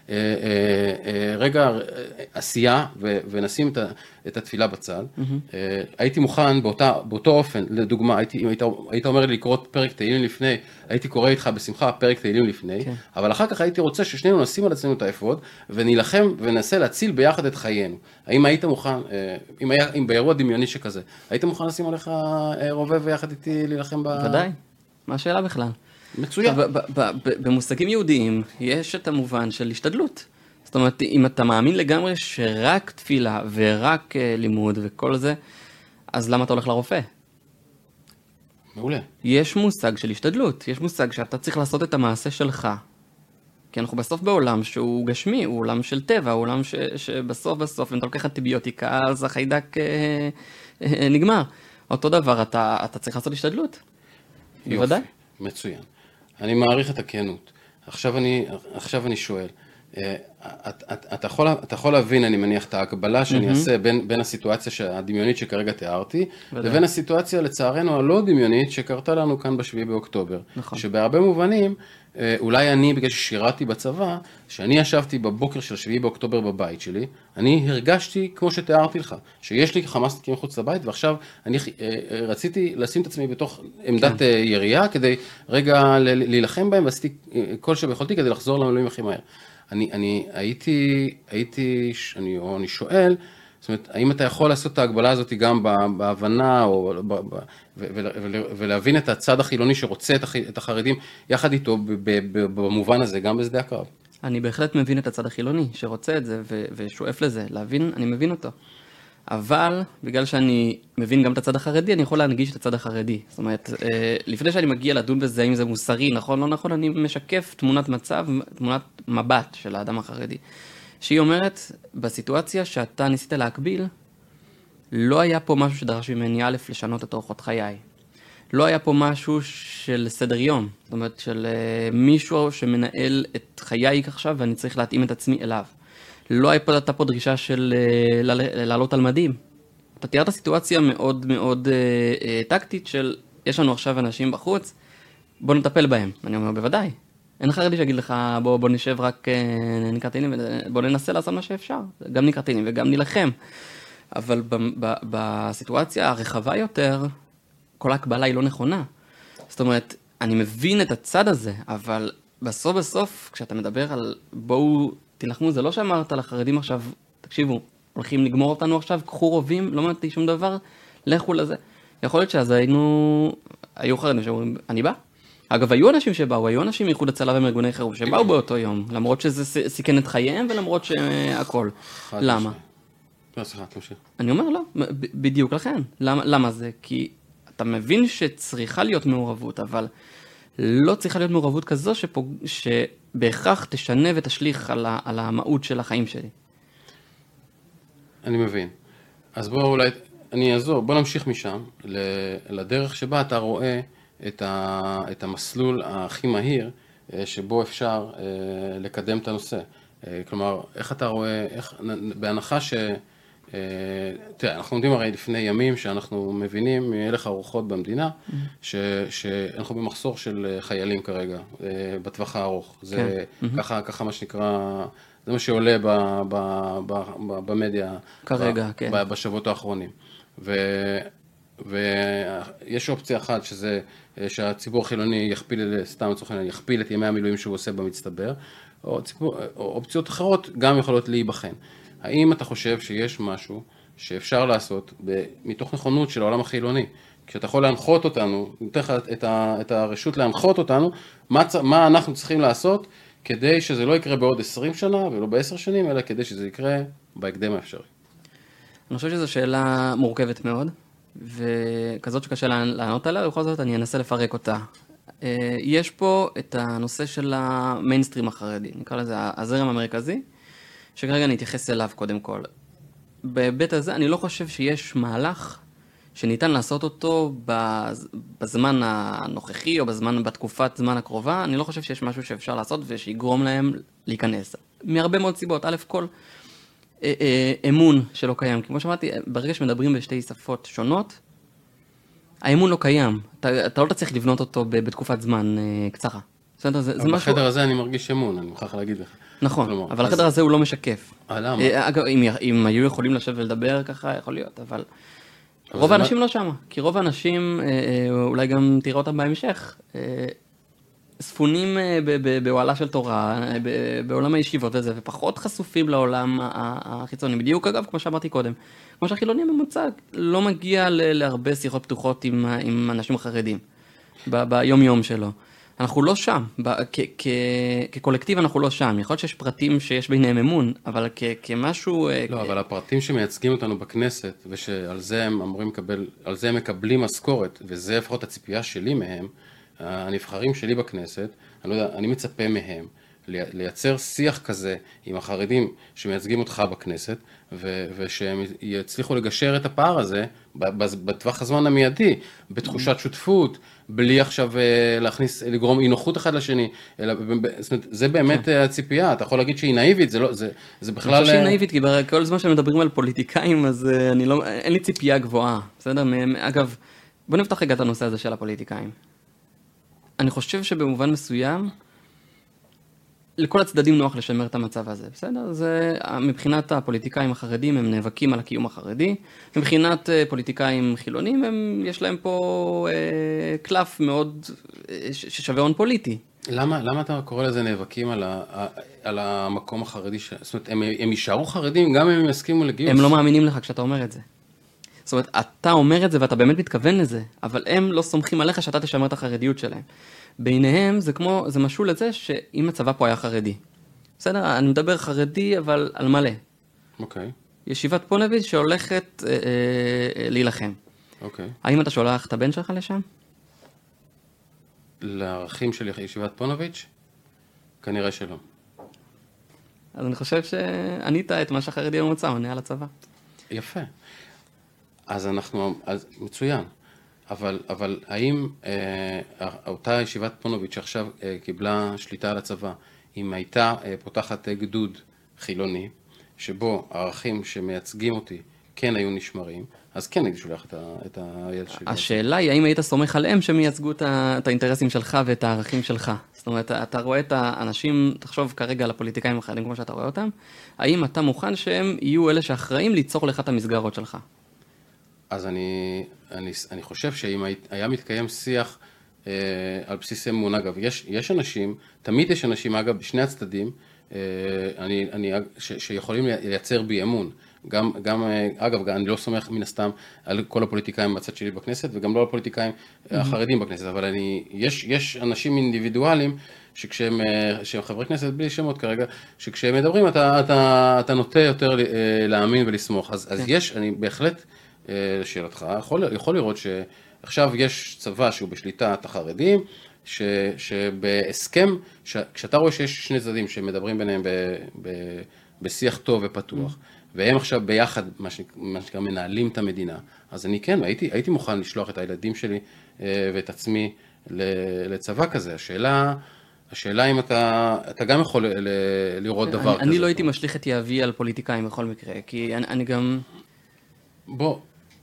רגע עשייה, ו, ונשים את, את התפילה בצד. Mm-hmm. הייתי מוכן באותה, באותו אופן, לדוגמה, הייתי, אם היית, היית אומר לי לקרוא פרק תהילים לפני, הייתי קורא איתך בשמחה פרק תהילים לפני, okay. אבל אחר כך הייתי רוצה ששנינו נשים על עצמנו את האפוד, ונלחם וננסה להציל ביחד את חיינו. האם היית מוכן, אם, היה, אם באירוע דמיוני שכזה, היית מוכן לשים עליך רובה ויחד איתי להילחם ב... ודאי, מה השאלה בכלל? מצוין. במושגים יהודיים יש את המובן של השתדלות. זאת אומרת, אם אתה מאמין לגמרי שרק תפילה ורק לימוד וכל זה, אז למה אתה הולך לרופא? מעולה. יש מושג של השתדלות, יש מושג שאתה צריך לעשות את המעשה שלך. כי אנחנו בסוף בעולם שהוא גשמי, הוא עולם של טבע, הוא עולם ש, שבסוף בסוף, אם אתה לוקח אנטיביוטיקה, אז החיידק אה, אה, נגמר. אותו דבר, אתה, אתה צריך לעשות השתדלות. יופי, בוודאי. מצוין. אני מעריך את הכנות. עכשיו אני, עכשיו אני שואל, אתה יכול, אתה יכול להבין, אני מניח, את ההקבלה שאני אעשה בין, בין הסיטואציה הדמיונית שכרגע תיארתי, לבין הסיטואציה, לצערנו, הלא דמיונית, שקרתה לנו כאן בשביעי באוקטובר. נכון. שבהרבה מובנים, אולי אני, בגלל ששירתי בצבא, שאני ישבתי בבוקר של השביעי באוקטובר בבית שלי, אני הרגשתי, כמו שתיארתי לך, שיש לי חמאסניקים מחוץ לבית, ועכשיו אני רציתי לשים את עצמי בתוך עמדת כן. ירייה, כדי רגע להילחם בהם, ועשיתי כל שביכולתי כדי לחזור למילואים הכי מהר. אני, אני הייתי, הייתי, אני, או אני שואל, זאת אומרת, האם אתה יכול לעשות את ההגבלה הזאת גם בהבנה, או, ב, ב, ו, ו, ו, ולהבין את הצד החילוני שרוצה את החרדים, יחד איתו במובן הזה, גם בשדה הקרב? אני בהחלט מבין את הצד החילוני שרוצה את זה ו, ושואף לזה, להבין, אני מבין אותו. אבל בגלל שאני מבין גם את הצד החרדי, אני יכול להנגיש את הצד החרדי. זאת אומרת, לפני שאני מגיע לדון בזה, אם זה מוסרי, נכון, לא נכון, אני משקף תמונת מצב, תמונת מבט של האדם החרדי. שהיא אומרת, בסיטואציה שאתה ניסית להקביל, לא היה פה משהו שדרש ממני א' לשנות את אורחות חיי. לא היה פה משהו של סדר יום, זאת אומרת של מישהו שמנהל את חיי עכשיו ואני צריך להתאים את עצמי אליו. לא הייתה פה דרישה של לעלות על מדים. אתה תיארת סיטואציה מאוד מאוד טקטית של יש לנו עכשיו אנשים בחוץ, בוא נטפל בהם. אני אומר בוודאי. אין לך רדי שיגיד לך בוא, בוא נשב רק נקרא תהילים, בוא ננסה לעשות מה שאפשר. גם נקרא תהילים וגם נלחם. אבל ב, ב, בסיטואציה הרחבה יותר, כל ההקבלה היא לא נכונה. זאת אומרת, אני מבין את הצד הזה, אבל בסוף בסוף, כשאתה מדבר על בואו תלחמו, זה לא שאמרת לחרדים עכשיו, תקשיבו, הולכים לגמור אותנו עכשיו, קחו רובים, לא מעטתי שום דבר, לכו לזה. יכול להיות שאז היינו, היו חרדים שאומרים, אני בא. אגב, היו אנשים שבאו, היו אנשים מאיחוד הצלה ומארגוני חירום שבאו באותו יום, למרות שזה סיכן את חייהם ולמרות שהכל. למה? לא, סליחה, תמשיך. אני אומר לא, בדיוק לכן. למה, למה זה? כי אתה מבין שצריכה להיות מעורבות, אבל לא צריכה להיות מעורבות כזו שפוג... שבהכרח תשנה ותשליך על, ה... על המהות של החיים שלי. אני מבין. אז בוא אולי, אני אעזור, בוא נמשיך משם לדרך שבה אתה רואה את, ה... את המסלול הכי מהיר שבו אפשר לקדם את הנושא. כלומר, איך אתה רואה, איך, בהנחה ש... תראה, אנחנו עומדים הרי לפני ימים שאנחנו מבינים מהלך הרוחות במדינה, שאנחנו במחסור של חיילים כרגע, בטווח הארוך. זה ככה, ככה מה שנקרא, זה מה שעולה במדיה כרגע, כן. בשבועות האחרונים. ויש אופציה אחת שזה שהציבור החילוני יכפיל, סתם לצורך העניין, יכפיל את ימי המילואים שהוא עושה במצטבר, או אופציות אחרות גם יכולות להיבחן. האם אתה חושב שיש משהו שאפשר לעשות מתוך נכונות של העולם החילוני? כשאתה יכול להנחות אותנו, נותן לך את, את הרשות להנחות אותנו, מה, מה אנחנו צריכים לעשות כדי שזה לא יקרה בעוד עשרים שנה ולא בעשר שנים, אלא כדי שזה יקרה בהקדם האפשרי. אני חושב שזו שאלה מורכבת מאוד, וכזאת שקשה לענות עליה, ובכל זאת אני אנסה לפרק אותה. יש פה את הנושא של המיינסטרים החרדי, נקרא לזה הזרם המרכזי, שכרגע אני אתייחס אליו קודם כל. בהיבט הזה אני לא חושב שיש מהלך שניתן לעשות אותו בזמן הנוכחי או בזמן, בתקופת זמן הקרובה. אני לא חושב שיש משהו שאפשר לעשות ושיגרום להם להיכנס. מהרבה מאוד סיבות. א' כל, אה, אה, אמון שלא קיים. כמו שאמרתי, ברגע שמדברים בשתי שפות שונות, האמון לא קיים. אתה, אתה לא תצליח לבנות אותו בתקופת זמן אה, קצרה. בסדר? זה, זה משהו... בחדר הזה אני מרגיש אמון, אני מוכרח להגיד לך. נכון, כלומר, אבל אז... החדר הזה הוא לא משקף. אה, למה? אגב, אם, אם היו יכולים לשבת ולדבר ככה, יכול להיות, אבל... רוב האנשים מה... לא שמה, כי רוב האנשים, אולי גם תראה אותם בהמשך, ספונים בעולה של תורה, בעולם הישיבות וזה, ופחות חשופים לעולם החיצוני. בדיוק אגב, כמו שאמרתי קודם, כמו שהחילוני הממוצע לא מגיע להרבה שיחות פתוחות עם, עם אנשים חרדים, ביום יום שלו. אנחנו לא שם, כקולקטיב אנחנו לא שם, יכול להיות שיש פרטים שיש ביניהם אמון, אבל כמשהו... לא, אבל הפרטים שמייצגים אותנו בכנסת, ושעל זה הם אמורים לקבל, על זה הם מקבלים משכורת, וזה לפחות הציפייה שלי מהם, הנבחרים שלי בכנסת, אני לא יודע, אני מצפה מהם, לייצר שיח כזה עם החרדים שמייצגים אותך בכנסת, ושהם יצליחו לגשר את הפער הזה בטווח הזמן המיידי, בתחושת שותפות, בלי עכשיו להכניס, לגרום אי נוחות אחד לשני, אלא, זאת אומרת, זה באמת הציפייה, אתה יכול להגיד שהיא נאיבית, זה לא, זה, זה בכלל... אני חושב שהיא נאיבית, כי כל זמן שמדברים על פוליטיקאים, אז אני לא, אין לי ציפייה גבוהה, בסדר? אגב, בוא נפתח רגע את הנושא הזה של הפוליטיקאים. אני חושב שבמובן מסוים, לכל הצדדים נוח לשמר את המצב הזה, בסדר? זה, מבחינת הפוליטיקאים החרדים, הם נאבקים על הקיום החרדי, מבחינת פוליטיקאים חילונים, הם, יש להם פה אה, קלף מאוד, אה, ששווה הון פוליטי. למה, למה אתה קורא לזה נאבקים על, ה, על המקום החרדי? ש... זאת אומרת, הם, הם יישארו חרדים גם אם הם יסכימו לגיוס? הם לא מאמינים לך כשאתה אומר את זה. זאת אומרת, אתה אומר את זה ואתה באמת מתכוון לזה, אבל הם לא סומכים עליך שאתה תשמר את החרדיות שלהם. ביניהם זה כמו, זה משהו לזה שאם הצבא פה היה חרדי. בסדר? אני מדבר חרדי, אבל על מלא. אוקיי. ישיבת פונביץ' שהולכת אה, אה, להילחם. אוקיי. האם אתה שולח את הבן שלך לשם? לערכים של ישיבת פונביץ'? כנראה שלא. אז אני חושב שענית את מה שהחרדי המוצא, עונה על הצבא. יפה. אז אנחנו, אז מצוין. אבל, אבל האם אה, אותה ישיבת פונוביץ' שעכשיו אה, קיבלה שליטה על הצבא, אם הייתה אה, פותחת אה, גדוד חילוני, שבו הערכים שמייצגים אותי כן היו נשמרים, אז כן הייתי שולח את, ה, את הילד שלי. השאלה היא, האם היית סומך עליהם שהם ייצגו את, ה, את האינטרסים שלך ואת הערכים שלך? זאת אומרת, אתה רואה את האנשים, תחשוב כרגע על הפוליטיקאים החיילים כמו שאתה רואה אותם, האם אתה מוכן שהם יהיו אלה שאחראים ליצור לך את המסגרות שלך? אז אני, אני, אני חושב שאם היה מתקיים שיח אה, על בסיס אמון, אגב, יש, יש אנשים, תמיד יש אנשים, אגב, בשני הצדדים, אה, אני, אני, ש, שיכולים לייצר בי אמון. גם, גם, אגב, אני לא סומך מן הסתם על כל הפוליטיקאים בצד שלי בכנסת, וגם לא על הפוליטיקאים החרדים בכנסת, אבל אני, יש, יש אנשים אינדיבידואלים, שכשהם, שהם חברי כנסת בלי שמות כרגע, שכשהם מדברים, אתה, אתה, אתה נוטה יותר להאמין ולסמוך. אז, אז יש, אני בהחלט, לשאלתך, יכול, יכול לראות שעכשיו יש צבא שהוא בשליטת החרדים, ש, שבהסכם, ש, כשאתה רואה שיש שני צדדים שמדברים ביניהם ב, ב, בשיח טוב ופתוח, והם עכשיו ביחד, מה שנקרא, מנהלים את המדינה, אז אני כן, הייתי, הייתי מוכן לשלוח את הילדים שלי ואת עצמי לצבא כזה. השאלה, השאלה אם אתה, אתה גם יכול לראות דבר אני, כזה. אני לא הייתי משליך את יהבי על פוליטיקאים בכל מקרה, כי אני, אני גם... בוא,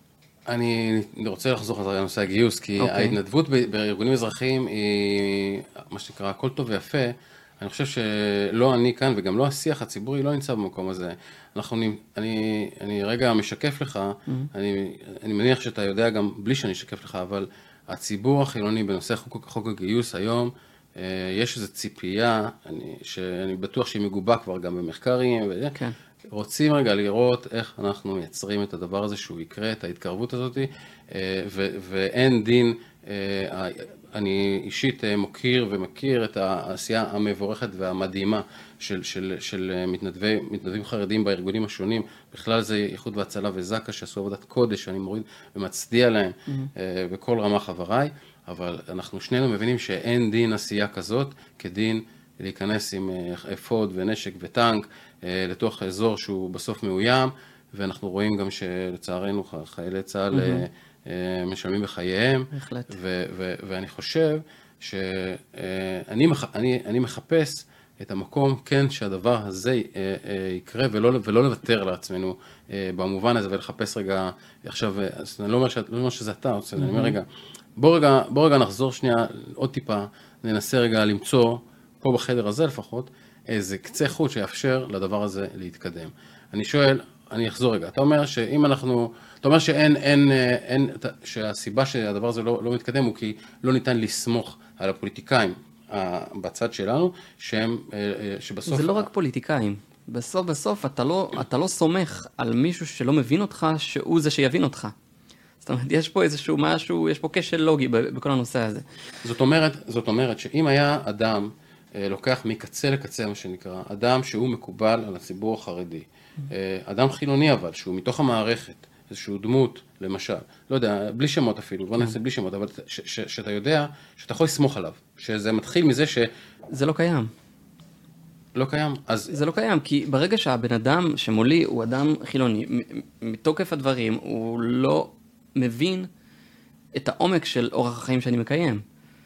אני רוצה לחזור חזרה לנושא הגיוס, כי okay. ההתנדבות בארגונים אזרחיים היא, מה שנקרא, הכל טוב ויפה. אני חושב שלא אני כאן, וגם לא השיח הציבורי לא נמצא במקום הזה. אנחנו, אני, אני רגע משקף לך, mm-hmm. אני, אני מניח שאתה יודע גם בלי שאני אשקף לך, אבל הציבור החילוני בנושא חוק, חוק הגיוס היום, יש איזו ציפייה, אני, שאני בטוח שהיא מגובה כבר גם במחקרים, וזה, כן. רוצים רגע לראות איך אנחנו מייצרים את הדבר הזה שהוא יקרה, את ההתקרבות הזאת, ו- ואין דין, אני אישית מוקיר ומכיר את העשייה המבורכת והמדהימה של, של, של מתנדבי, מתנדבים חרדים בארגונים השונים, בכלל זה איחוד והצלה וזק"א שעשו עבודת קודש, שאני מוריד ומצדיע להם mm-hmm. בכל רמה חבריי, אבל אנחנו שנינו מבינים שאין דין עשייה כזאת כדין להיכנס עם אפוד ונשק וטנק לתוך אזור שהוא בסוף מאוים, ואנחנו רואים גם שלצערנו חיילי צה"ל mm-hmm. משלמים בחייהם, ו- ו- ואני חושב שאני אני, אני מחפש את המקום, כן, שהדבר הזה יקרה, ולא, ולא לוותר לעצמנו במובן הזה, ולחפש רגע, עכשיו, אני לא אומר, שאת, לא אומר שזה אתה, mm-hmm. אני אומר רגע, בוא רגע, בוא רגע נחזור שנייה עוד טיפה, ננסה רגע למצוא, פה בחדר הזה לפחות, איזה קצה חוט שיאפשר לדבר הזה להתקדם. אני שואל, אני אחזור רגע, אתה אומר שאם אנחנו, אתה אומר שאין, אין, אין, שהסיבה שהדבר הזה לא, לא מתקדם הוא כי לא ניתן לסמוך על הפוליטיקאים בצד שלנו, שהם, שבסוף... זה לא רק פוליטיקאים. בסוף, בסוף, אתה לא, אתה לא סומך על מישהו שלא מבין אותך, שהוא זה שיבין אותך. זאת אומרת, יש פה איזשהו משהו, יש פה כשל לוגי בכל הנושא הזה. זאת אומרת, זאת אומרת שאם היה אדם לוקח מקצה לקצה, מה שנקרא, אדם שהוא מקובל על הציבור החרדי, אדם חילוני אבל, שהוא מתוך המערכת, איזשהו דמות, למשל, לא יודע, בלי שמות אפילו, בוא נעשה בלי שמות, אבל שאתה יודע, שאתה יכול לסמוך עליו, שזה מתחיל מזה ש... זה לא קיים. לא קיים, אז... זה לא קיים, כי ברגע שהבן אדם שמולי הוא אדם חילוני, מתוקף הדברים, הוא לא מבין את העומק של אורח החיים שאני מקיים.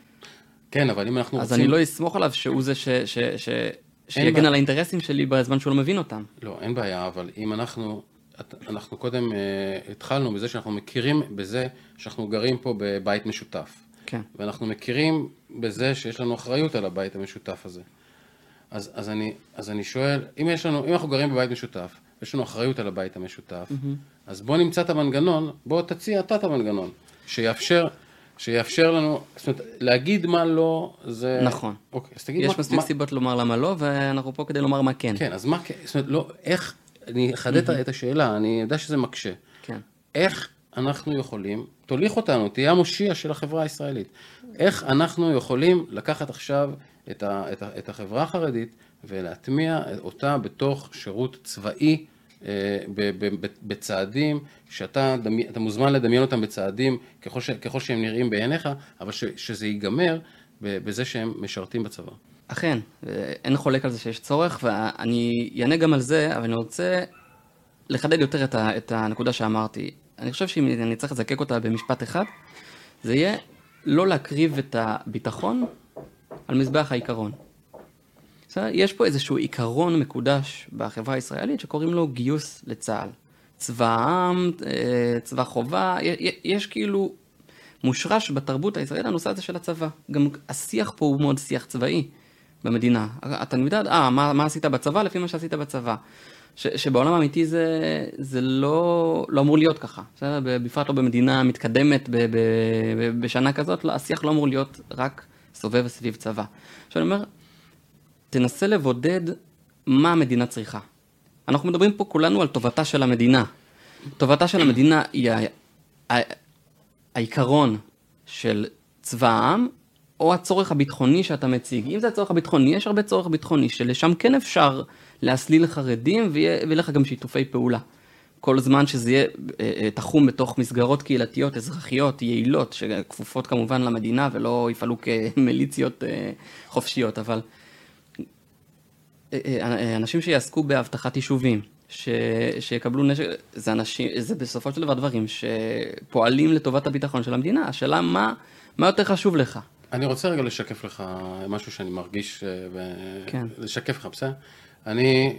כן, אבל אם אנחנו אז רוצים... אני לא אסמוך עליו שהוא זה ש... ש... ש... שיגן על האינטרסים שלי בזמן שהוא לא מבין אותם. לא, אין בעיה, אבל אם אנחנו... אנחנו קודם uh, התחלנו בזה שאנחנו מכירים בזה שאנחנו גרים פה בבית משותף. כן. ואנחנו מכירים בזה שיש לנו אחריות על הבית המשותף הזה. אז, אז, אני, אז אני שואל, אם, יש לנו, אם אנחנו גרים בבית משותף, יש לנו אחריות על הבית המשותף, mm-hmm. אז בוא נמצא את המנגנון, בוא תציע אתה את המנגנון, שיאפשר, שיאפשר לנו, זאת אומרת, להגיד מה לא, זה... נכון. אוקיי, אז תגיד יש מה... מספיק מה... סיבות לומר למה לא, ואנחנו פה כדי לומר מה כן. כן, אז מה כן? זאת אומרת, לא, איך... אני אחדד mm-hmm. את השאלה, אני יודע שזה מקשה. כן. איך אנחנו יכולים, תוליך אותנו, תהיה המושיע של החברה הישראלית. איך אנחנו יכולים לקחת עכשיו את, ה, את, ה, את החברה החרדית ולהטמיע אותה בתוך שירות צבאי, אה, ב, ב, ב, בצעדים, שאתה דמי, אתה מוזמן לדמיין אותם בצעדים ככל, ש, ככל שהם נראים בעיניך, אבל ש, שזה ייגמר בזה שהם משרתים בצבא. אכן, אין חולק על זה שיש צורך, ואני אענה גם על זה, אבל אני רוצה לחדד יותר את, ה, את הנקודה שאמרתי. אני חושב שאם אני צריך לזקק אותה במשפט אחד, זה יהיה לא להקריב את הביטחון על מזבח העיקרון. יש פה איזשהו עיקרון מקודש בחברה הישראלית שקוראים לו גיוס לצה"ל. צבא העם, צבא חובה, יש כאילו מושרש בתרבות הישראלית הנושא הזה של הצבא. גם השיח פה הוא מאוד שיח צבאי במדינה. אתה יודע, אה, מה, מה עשית בצבא? לפי מה שעשית בצבא. ש, שבעולם האמיתי זה, זה לא, לא אמור להיות ככה. בפרט לא במדינה מתקדמת ב, ב, ב, בשנה כזאת, השיח לא אמור להיות רק סובב סביב צבא. עכשיו אני אומר, תנסה לבודד מה המדינה צריכה. אנחנו מדברים פה כולנו על טובתה של המדינה. טובתה של המדינה היא העיקרון של צבא העם, או הצורך הביטחוני שאתה מציג. אם זה הצורך הביטחוני, יש הרבה צורך ביטחוני, שלשם כן אפשר להסליל לחרדים, ויהיה לך גם שיתופי פעולה. כל זמן שזה יהיה תחום בתוך מסגרות קהילתיות, אזרחיות, יעילות, שכפופות כמובן למדינה, ולא יפעלו כמיליציות חופשיות, אבל אנשים שיעסקו בהבטחת יישובים, ש... שיקבלו נשק, זה אנשים, זה בסופו של דבר דברים שפועלים לטובת הביטחון של המדינה. השאלה מה, מה יותר חשוב לך? אני רוצה רגע לשקף לך משהו שאני מרגיש, כן. לשקף לך, בסדר? אני,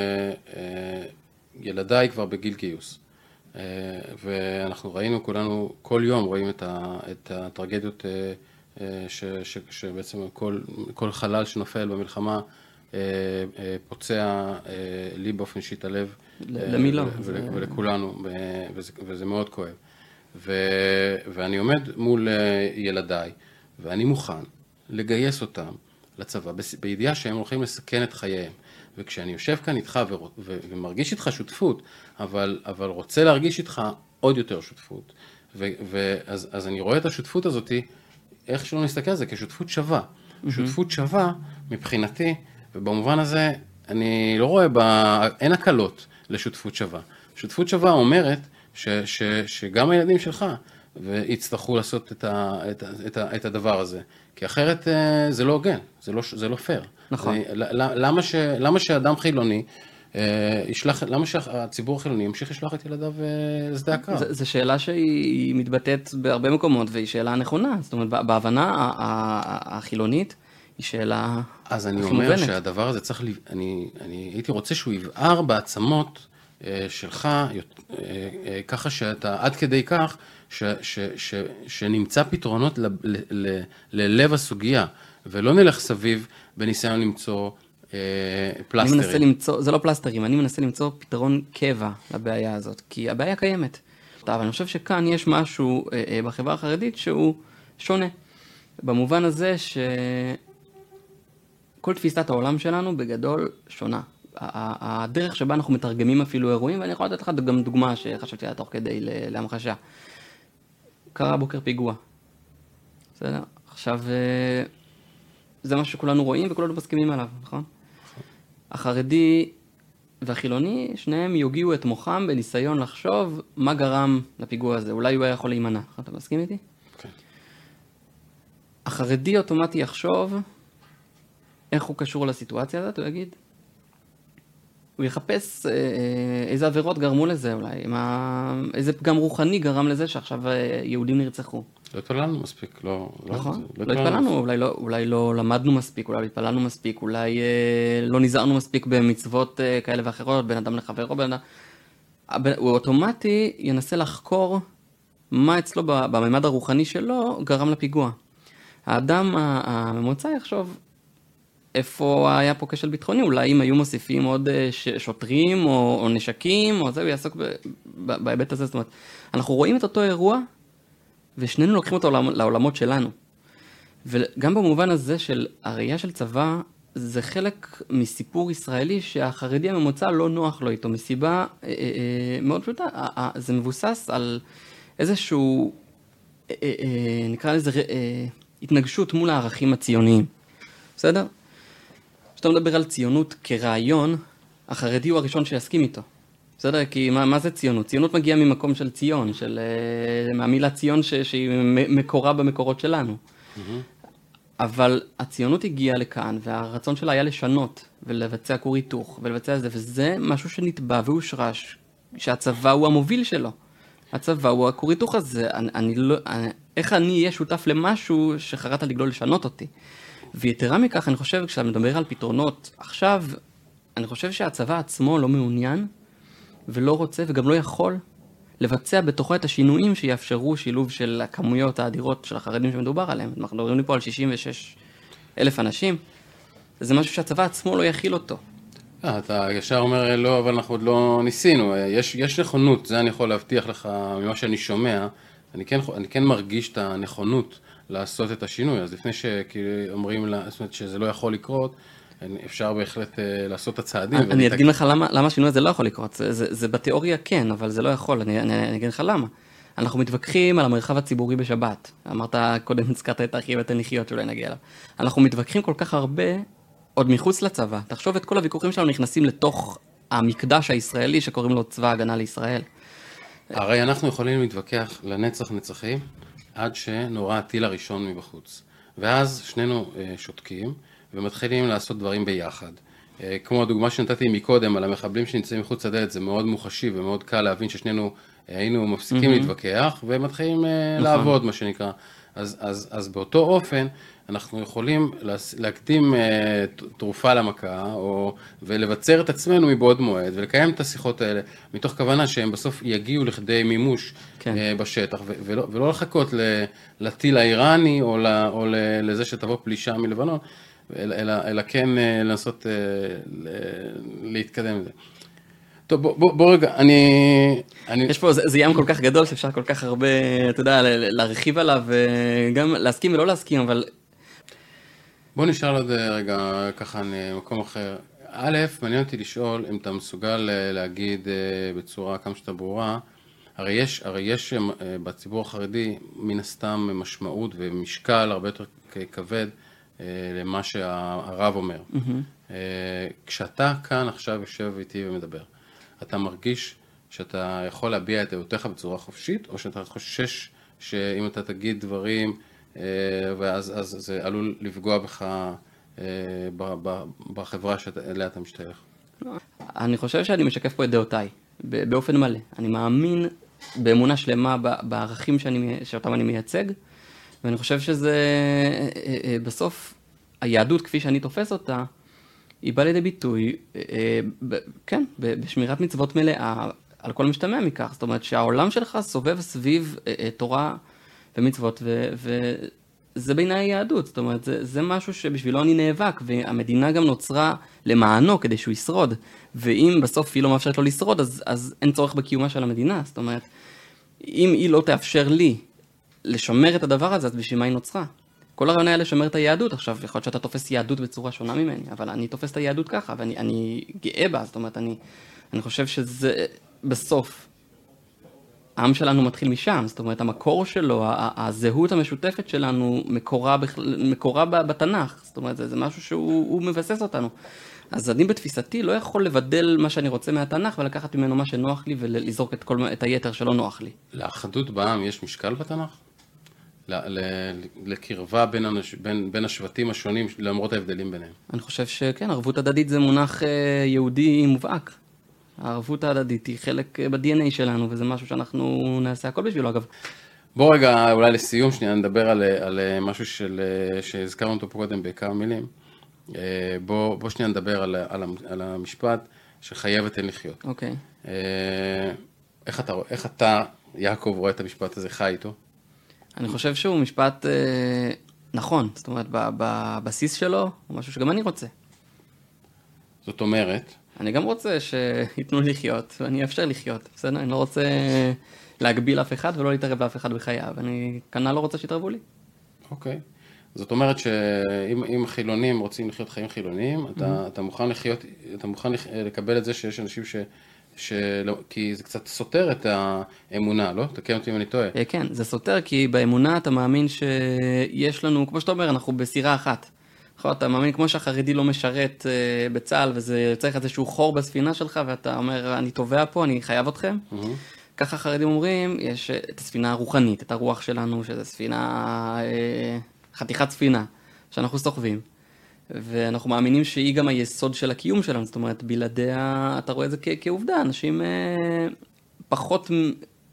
ילדיי כבר בגיל גיוס, ואנחנו ראינו כולנו, כל יום רואים את, ה... את הטרגדיות ש... ש... שבעצם כל, כל חלל שנופל במלחמה, פוצע לי באופן אישי את הלב. למי לא? ולכולנו, וזה מאוד כואב. ואני עומד מול ילדיי, ואני מוכן לגייס אותם לצבא, בידיעה שהם הולכים לסכן את חייהם. וכשאני יושב כאן איתך ומרגיש איתך שותפות, אבל, אבל רוצה להרגיש איתך עוד יותר שותפות. ואז, אז אני רואה את השותפות הזאת, איך שלא נסתכל על זה, כשותפות שווה. שותפות שווה, מבחינתי, ובמובן הזה, אני לא רואה, בה, אין הקלות לשותפות שווה. שותפות שווה אומרת ש, ש, שגם הילדים שלך יצטרכו לעשות את, ה, את, ה, את, ה, את הדבר הזה. כי אחרת זה לא הוגן, זה לא, זה לא פייר. נכון. אני, למה, ש, למה שאדם חילוני, ישלח, למה שהציבור החילוני ימשיך לשלוח את ילדיו לשדה הקרב? זו שאלה שהיא מתבטאת בהרבה מקומות, והיא שאלה נכונה. זאת אומרת, בהבנה החילונית, היא שאלה אז אני אומר מובנת. שהדבר הזה צריך, אני, אני הייתי רוצה שהוא יבער בעצמות שלך, ככה שאתה עד כדי כך, ש, ש, ש, שנמצא פתרונות ל, ל, ל, ללב הסוגיה, ולא נלך סביב בניסיון למצוא פלסטרים. אני מנסה למצוא, זה לא פלסטרים, אני מנסה למצוא פתרון קבע לבעיה הזאת, כי הבעיה קיימת. אבל אני חושב שכאן יש משהו בחברה החרדית שהוא שונה. במובן הזה שכל תפיסת העולם שלנו בגדול שונה. הדרך שבה אנחנו מתרגמים אפילו אירועים, ואני יכול לתת לך גם דוגמה שחשבתי לה תוך כדי להמחשה. קרה בוקר פיגוע. בסדר? עכשיו, זה מה שכולנו רואים וכולנו מסכימים עליו, נכון? החרדי והחילוני, שניהם יוגיעו את מוחם בניסיון לחשוב מה גרם לפיגוע הזה. אולי הוא היה יכול להימנע. אתה מסכים איתי? כן. החרדי אוטומטי יחשוב איך הוא קשור לסיטואציה הזאת, הוא יגיד. הוא יחפש אה, איזה עבירות גרמו לזה אולי, מה, איזה פגם רוחני גרם לזה שעכשיו יהודים נרצחו. לא התפללנו מספיק, לא... נכון, לא, לא התפללנו, אולי לא, אולי לא למדנו מספיק, אולי לא התפללנו מספיק, אולי אה, לא נזהרנו מספיק במצוות אה, כאלה ואחרות, בין אדם לחברו, בין אדם... הוא אוטומטי ינסה לחקור מה אצלו בממד הרוחני שלו גרם לפיגוע. האדם הממוצע יחשוב איפה היה פה כשל ביטחוני, אולי אם היו מוסיפים עוד שוטרים או, או נשקים, או זה, הוא יעסוק ב, ב, בהיבט הזה. זאת אומרת, אנחנו רואים את אותו אירוע, ושנינו לוקחים אותו לעולמות שלנו. וגם במובן הזה של הראייה של צבא, זה חלק מסיפור ישראלי שהחרדי הממוצע לא נוח לו איתו, מסיבה אה, אה, מאוד פשוטה. אה, אה, זה מבוסס על איזשהו, אה, אה, נקרא לזה, אה, התנגשות מול הערכים הציוניים. בסדר? כשאתה מדבר על ציונות כרעיון, החרדי הוא הראשון שיסכים איתו. בסדר? כי מה, מה זה ציונות? ציונות מגיעה ממקום של ציון, של, מהמילה ציון ש, שהיא מקורה במקורות שלנו. Mm-hmm. אבל הציונות הגיעה לכאן, והרצון שלה היה לשנות, ולבצע כור היתוך, ולבצע זה, וזה משהו שנתבע והושרש, שהצבא הוא המוביל שלו. הצבא הוא הכור היתוך הזה. אני, אני לא, אני, איך אני אהיה שותף למשהו שחראת לגלול לשנות אותי. ויתרה מכך, אני חושב, כשאתה מדבר על פתרונות, עכשיו, אני חושב שהצבא עצמו לא מעוניין, ולא רוצה, וגם לא יכול, לבצע בתוכו את השינויים שיאפשרו שילוב של הכמויות האדירות של החרדים שמדובר עליהם. אנחנו מדברים לי פה על שישים ושש אלף אנשים. זה משהו שהצבא עצמו לא יכיל אותו. אתה ישר אומר, לא, אבל אנחנו עוד לא ניסינו. יש, יש נכונות, זה אני יכול להבטיח לך ממה שאני שומע. אני כן, אני כן מרגיש את הנכונות לעשות את השינוי. אז לפני שאומרים לה, זאת אומרת שזה לא יכול לקרות, אפשר בהחלט לעשות את הצעדים. אני, אני אדגים לך למה, למה השינוי הזה לא יכול לקרות. זה, זה, זה בתיאוריה כן, אבל זה לא יכול. אני, אני, אני אגיד לך למה. אנחנו מתווכחים על המרחב הציבורי בשבת. אמרת קודם, הזכרת את האחי ותן לחיות שאולי נגיע אליו. אנחנו מתווכחים כל כך הרבה עוד מחוץ לצבא. תחשוב את כל הוויכוחים שלנו נכנסים לתוך המקדש הישראלי שקוראים לו צבא הגנה לישראל. הרי אנחנו יכולים להתווכח לנצח נצחים עד שנורא הטיל הראשון מבחוץ. ואז שנינו שותקים ומתחילים לעשות דברים ביחד. כמו הדוגמה שנתתי מקודם על המחבלים שנמצאים מחוץ לדלת, זה מאוד מוחשי ומאוד קל להבין ששנינו היינו מפסיקים להתווכח ומתחילים לעבוד, מה שנקרא. אז, אז, אז באותו אופן אנחנו יכולים להקדים תרופה למכה, או, ולבצר את עצמנו מבעוד מועד, ולקיים את השיחות האלה, מתוך כוונה שהם בסוף יגיעו לכדי מימוש כן. בשטח, ולא, ולא לחכות לטיל האיראני, או, או לזה שתבוא פלישה מלבנון, אלא, אלא כן לנסות להתקדם את זה. טוב, בוא, בוא, בוא רגע, אני, אני... יש פה, זה, זה ים כל כך גדול שאפשר כל כך הרבה, אתה יודע, להרחיב עליו, וגם להסכים ולא להסכים, אבל... בוא נשאל עוד רגע, ככה, מקום אחר. א', מעניין אותי לשאול אם אתה מסוגל להגיד בצורה כמה שאתה ברורה, הרי יש, הרי יש בציבור החרדי מן הסתם משמעות ומשקל הרבה יותר כבד למה שהרב אומר. Mm-hmm. כשאתה כאן עכשיו יושב איתי ומדבר, אתה מרגיש שאתה יכול להביע את דעותיך בצורה חופשית, או שאתה חושש שאם אתה תגיד דברים, ואז אז זה עלול לפגוע בך בחברה שאליה אתה משתייך? אני חושב שאני משקף פה את דעותיי, באופן מלא. אני מאמין באמונה שלמה בערכים שאני, שאותם אני מייצג, ואני חושב שזה, בסוף, היהדות כפי שאני תופס אותה, היא באה לידי ביטוי, כן, בשמירת מצוות מלאה, על כל משתמע מכך. זאת אומרת שהעולם שלך סובב סביב תורה ומצוות, וזה בעיניי היהדות. זאת אומרת, זה, זה משהו שבשבילו אני נאבק, והמדינה גם נוצרה למענו כדי שהוא ישרוד. ואם בסוף היא לא מאפשרת לו לשרוד, אז, אז אין צורך בקיומה של המדינה. זאת אומרת, אם היא לא תאפשר לי לשמר את הדבר הזה, אז בשביל מה היא נוצרה? כל הרעיון היה לשמר את היהדות. עכשיו, יכול להיות שאתה תופס יהדות בצורה שונה ממני, אבל אני תופס את היהדות ככה, ואני אני גאה בה. זאת אומרת, אני, אני חושב שזה בסוף, העם שלנו מתחיל משם. זאת אומרת, המקור שלו, הזהות המשותפת שלנו, מקורה, מקורה בתנ"ך. זאת אומרת, זה, זה משהו שהוא מבסס אותנו. אז אני בתפיסתי לא יכול לבדל מה שאני רוצה מהתנ"ך, ולקחת ממנו מה שנוח לי, ולזרוק את, כל, את היתר שלא נוח לי. לאחדות בעם יש משקל בתנ"ך? לקרבה בין, בין, בין השבטים השונים, למרות ההבדלים ביניהם? אני חושב שכן, ערבות הדדית זה מונח יהודי מובהק. הערבות ההדדית היא חלק ב-די אן איי שלנו, וזה משהו שאנחנו נעשה הכל בשבילו, אגב. בוא רגע, אולי לסיום שנייה, נדבר על, על משהו של, שהזכרנו אותו פה קודם בכמה מילים. בוא, בוא שנייה נדבר על, על, על המשפט שחייב ותן לחיות. אוקיי. איך אתה, איך אתה, יעקב, רואה את המשפט הזה, חי איתו? אני חושב שהוא משפט אה, נכון, זאת אומרת, בבסיס שלו, הוא משהו שגם אני רוצה. זאת אומרת? אני גם רוצה שיתנו לחיות, ואני אפשר לחיות, בסדר? אני לא רוצה להגביל אף אחד ולא להתערב לאף אחד בחייו, אני כנראה לא רוצה שיתערבו לי. אוקיי. זאת אומרת שאם חילונים רוצים לחיות חיים חילוניים, אתה, אתה מוכן לחיות, אתה מוכן לקבל את זה שיש אנשים ש... שלא, כי זה קצת סותר את האמונה, לא? תקן אותי אם אני טועה. כן, זה סותר כי באמונה אתה מאמין שיש לנו, כמו שאתה אומר, אנחנו בסירה אחת. אתה מאמין כמו שהחרדי לא משרת בצה"ל, וזה צריך איזשהו חור בספינה שלך, ואתה אומר, אני טובע פה, אני חייב אתכם. ככה החרדים אומרים, יש את הספינה הרוחנית, את הרוח שלנו, שזו ספינה, חתיכת ספינה, שאנחנו סוחבים. ואנחנו מאמינים שהיא גם היסוד של הקיום שלנו, זאת אומרת, בלעדיה, אתה רואה את זה כ- כעובדה, אנשים אה, פחות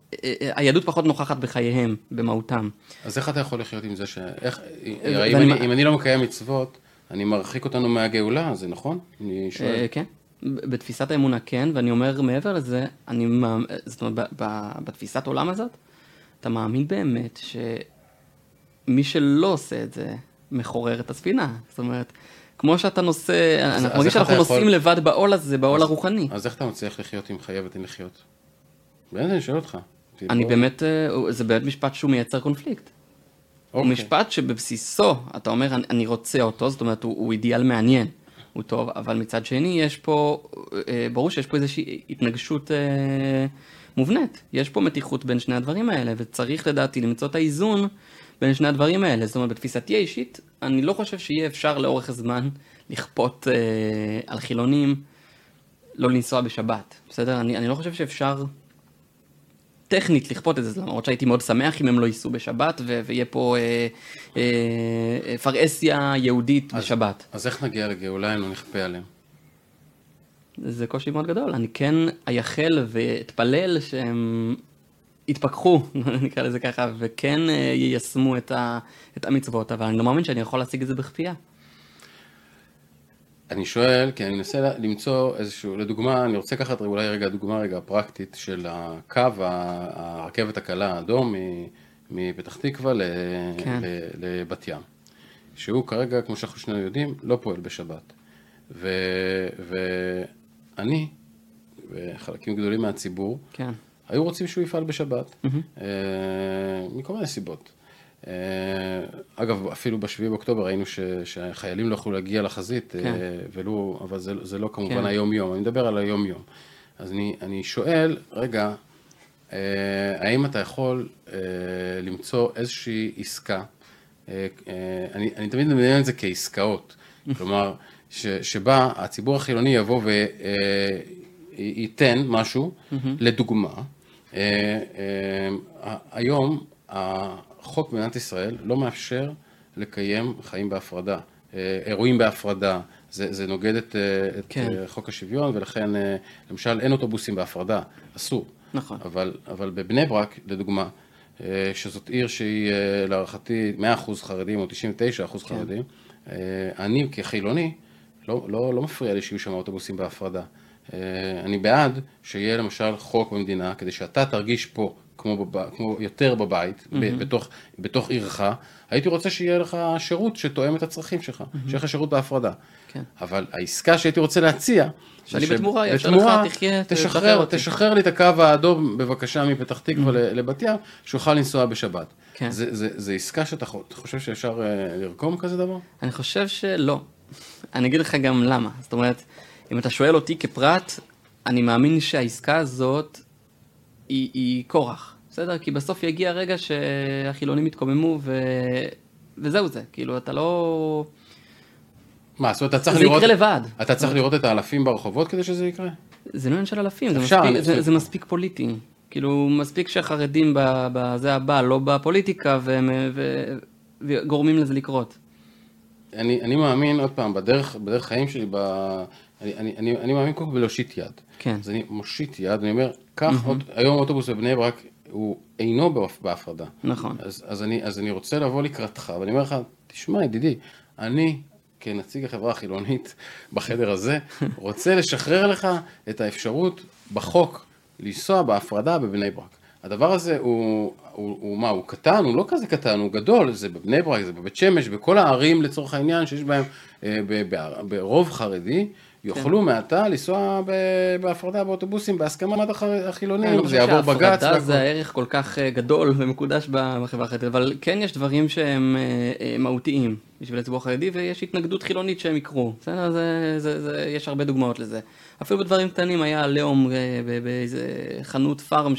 היהדות פחות נוכחת בחייהם, במהותם. אז איך אתה יכול לחיות עם זה ש... איך... אם אני, אם אני לא מקיים מצוות, אני מרחיק אותנו מהגאולה, זה נכון? אני שואל. כן. בתפיסת האמונה כן, ואני אומר מעבר לזה, אני, זאת אומרת, בתפיסת העולם הזאת, אתה מאמין באמת שמי שלא עושה את זה, מחורר את הספינה. זאת אומרת, כמו שאתה נושא, אנחנו מרגיש שאנחנו נושאים לבד בעול הזה, בעול הרוחני. אז איך אתה מצליח לחיות אם חייבת אין לחיות? באמת, אני שואל אותך. אני באמת, זה באמת משפט שהוא מייצר קונפליקט. הוא משפט שבבסיסו, אתה אומר, אני רוצה אותו, זאת אומרת, הוא אידיאל מעניין. הוא טוב, אבל מצד שני יש פה, ברור שיש פה איזושהי התנגשות מובנית. יש פה מתיחות בין שני הדברים האלה, וצריך לדעתי למצוא את האיזון בין שני הדברים האלה. זאת אומרת, בתפיסתי האישית, אני לא חושב שיהיה אפשר לאורך הזמן לכפות על חילונים לא לנסוע בשבת. בסדר? אני, אני לא חושב שאפשר טכנית לכפות את זה, למרות שהייתי מאוד שמח אם הם לא ייסעו בשבת, ו- ויהיה פה אה, אה, פרהסיה יהודית אז, בשבת. אז איך נגיע לגאולה אם לא נכפה עליהם? זה קושי מאוד גדול. אני כן אייחל ואתפלל שהם יתפכחו, נקרא לזה ככה, וכן אה, יישמו את, ה- את המצוות, אבל אני לא מאמין שאני יכול להשיג את זה בכפייה. אני שואל, כי אני מנסה למצוא איזשהו, לדוגמה, אני רוצה לקחת אולי רגע דוגמה רגע פרקטית של הקו, הרכבת הקלה האדום מפתח תקווה כן. לבת ים, שהוא כרגע, כמו שאנחנו שנינו יודעים, לא פועל בשבת. ו, ואני, וחלקים גדולים מהציבור, כן. היו רוצים שהוא יפעל בשבת, Mm-hmm. מכל מיני סיבות. אגב, אפילו בשביעי באוקטובר ראינו ש, שהחיילים לא יכלו להגיע לחזית, כן. ולא, אבל זה, זה לא כמובן כן. היום-יום, אני מדבר על היום-יום. אז אני, אני שואל, רגע, האם אתה יכול למצוא איזושהי עסקה, אני, אני תמיד מדמיין את זה כעסקאות, כלומר, ש, שבה הציבור החילוני יבוא וייתן משהו, לדוגמה, היום, החוק במדינת ישראל לא מאפשר לקיים חיים בהפרדה, אירועים בהפרדה, זה, זה נוגד את, כן. את חוק השוויון, ולכן למשל אין אוטובוסים בהפרדה, אסור. נכון. אבל, אבל בבני ברק, לדוגמה, שזאת עיר שהיא להערכתי מאה אחוז חרדים או תשעים ותשעה אחוז כן. חרדים, אני כחילוני לא, לא, לא מפריע לי שיהיו שם אוטובוסים בהפרדה. אני בעד שיהיה למשל חוק במדינה, כדי שאתה תרגיש פה, כמו, בב... כמו יותר בבית, mm-hmm. בתוך, בתוך עירך, הייתי רוצה שיהיה לך שירות שתואם את הצרכים שלך, mm-hmm. שיהיה לך שירות בהפרדה. כן. אבל העסקה שהייתי רוצה להציע, שאני ש... בתמורה, יאפשר לך, תחיה, תשחרר, תשחרר לי את הקו האדום בבקשה מפתח תקווה mm-hmm. לבת ים, שאוכל לנסוע בשבת. כן. זה, זה, זה עסקה שאתה חושב שאפשר לרקום כזה דבר? אני חושב שלא. אני אגיד לך גם למה. זאת אומרת, אם אתה שואל אותי כפרט, אני מאמין שהעסקה הזאת היא, היא כורח, בסדר? כי בסוף יגיע רגע שהחילונים יתקוממו ו... וזהו זה, כאילו אתה לא... מה, זאת אומרת, אתה צריך זה לראות... יקרה לבד. אתה צריך לראות את האלפים ברחובות כדי שזה יקרה? זה לא עניין של אלפים, זה אפשר, מספיק, אני... זה, זה מספיק פוליטי. כאילו, מספיק שהחרדים בזה הבא, לא בפוליטיקה, והם, ו... וגורמים לזה לקרות. אני, אני מאמין, עוד פעם, בדרך, בדרך חיים שלי, ב... אני, אני, אני, אני מאמין כל כך בלהושיט יד. כן. אז אני מושיט יד, אני אומר, כך, עוד, היום אוטובוס בבני ברק, הוא אינו בהפרדה. נכון. אז, אז, אני, אז אני רוצה לבוא לקראתך, ואני אומר לך, תשמע, ידידי, אני, כנציג החברה החילונית בחדר הזה, רוצה לשחרר לך את האפשרות בחוק לנסוע בהפרדה בבני ברק. הדבר הזה הוא, הוא, הוא מה, הוא קטן, הוא לא כזה קטן, הוא גדול, זה בבני ברק, זה בבית שמש, בכל הערים לצורך העניין שיש בהם אה, ב, ב, ברוב חרדי, יוכלו מעתה לנסוע בהפרדה באוטובוסים בהסכמת החילונים, זה יעבור בגץ. ההפרדה זה הערך כל כך גדול ומקודש בחברה החרדית, אבל כן יש דברים שהם מהותיים בשביל הציבור החרדי, ויש התנגדות חילונית שהם יקרו. בסדר, זה, זה, זה, יש הרבה דוגמאות לזה. אפילו בדברים קטנים היה לאום באיזה חנות פארם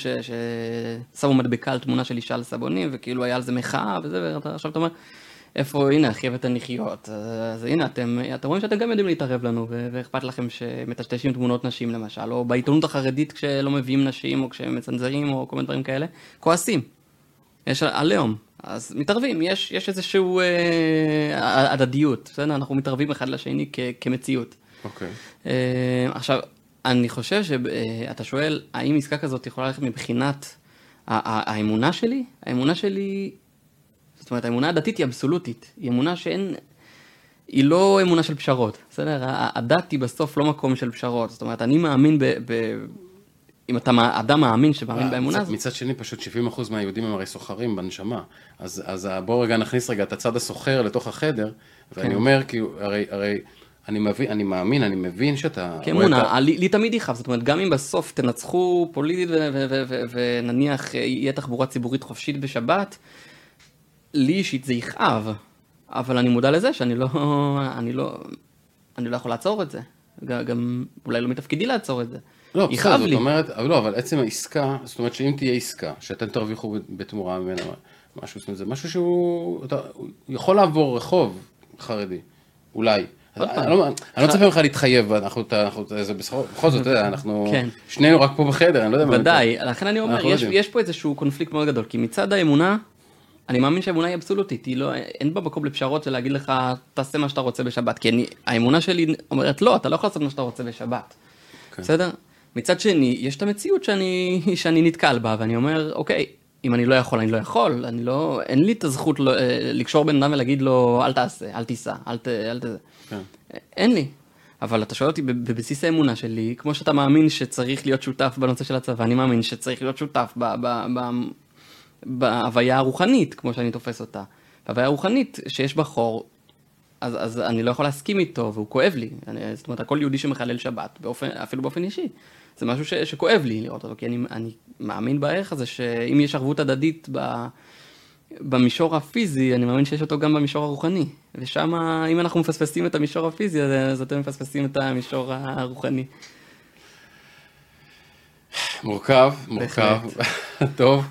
ששמו מדבקה על תמונה של אישה על סבונים, וכאילו היה על זה מחאה וזה, ועכשיו אתה אומר, איפה, הנה, חייבת הנחיות, אז הנה, אתם, אתם רואים שאתם גם יודעים להתערב לנו, ואכפת לכם שמטשטשים תמונות נשים למשל, או בעיתונות החרדית כשלא מביאים נשים, או כשהם מצנזרים, או כל מיני דברים כאלה, כועסים. יש עליהם, אז מתערבים, יש, יש איזשהו אה, הדדיות, בסדר? אנחנו מתערבים אחד לשני כ, כמציאות. אוקיי. אה, עכשיו, אני חושב שאתה שואל, האם עסקה כזאת יכולה ללכת מבחינת האמונה שלי, האמונה שלי, זאת אומרת, האמונה הדתית היא אבסולוטית. היא אמונה שאין, היא לא אמונה של פשרות. בסדר? הדת היא בסוף לא מקום של פשרות. זאת אומרת, אני מאמין ב... ב אם אתה אדם מאמין שמאמין באמונה הזאת. מצד שני, פשוט שבעים אחוז מהיהודים הם הרי סוחרים בנשמה. אז, אז בואו רגע נכניס רגע את הצד הסוחר לתוך החדר, ואני אומר, כי הרי, הרי אני מבין, אני מאמין, אני מבין שאתה... כאמונה, לי, לי תמיד יכאב, זאת אומרת, גם אם בסוף תנצחו פוליטית ונניח יהיה תחבורה ציבורית חופשית בשבת, לי אישית זה יכאב, אבל אני מודע לזה שאני לא, אני לא, אני לא יכול לעצור את זה. גם אולי לא מתפקידי לעצור את זה. לא, בסדר, זאת אומרת, אבל לא, אבל עצם העסקה, זאת אומרת שאם תהיה עסקה, שאתם תרוויחו בתמורה ממנה משהו, זאת אומרת, זה משהו שהוא, אתה יכול לעבור רחוב חרדי, אולי. אני לא מצפה ממך להתחייב, אנחנו, זה בכל זאת, אנחנו שנינו רק פה בחדר, אני לא יודע מה. ודאי, לכן אני אומר, יש פה איזשהו קונפליקט מאוד גדול, כי מצד האמונה, אני מאמין שהאמונה היא אבסולוטית, אין בה מקום לפשרות ולהגיד לך, תעשה מה שאתה רוצה בשבת, כי האמונה שלי אומרת, לא, אתה לא יכול לעשות מה שאתה רוצה בשבת. בסדר? מצד שני, יש את המציאות שאני, שאני נתקל בה, ואני אומר, אוקיי, אם אני לא יכול, אני לא יכול, אני לא, אין לי את הזכות לא, לקשור בן אדם ולהגיד לו, אל תעשה, אל תיסע, אל ת... אל ת... כן. אין לי. אבל אתה שואל אותי, בבסיס האמונה שלי, כמו שאתה מאמין שצריך להיות שותף בנושא של הצבא, אני מאמין שצריך להיות שותף ב, ב, ב, בהוויה הרוחנית, כמו שאני תופס אותה. בהוויה הרוחנית שיש בה חור, אז, אז אני לא יכול להסכים איתו, והוא כואב לי. אני, זאת אומרת, הכל יהודי שמחלל שבת, באופן, אפילו באופן אישי. זה משהו ש, שכואב לי לראות אותו, כי אני, אני מאמין בערך הזה, שאם יש ערבות הדדית ב, במישור הפיזי, אני מאמין שיש אותו גם במישור הרוחני. ושם, אם אנחנו מפספסים את המישור הפיזי, אז אתם מפספסים את המישור הרוחני. מורכב, מורכב. טוב.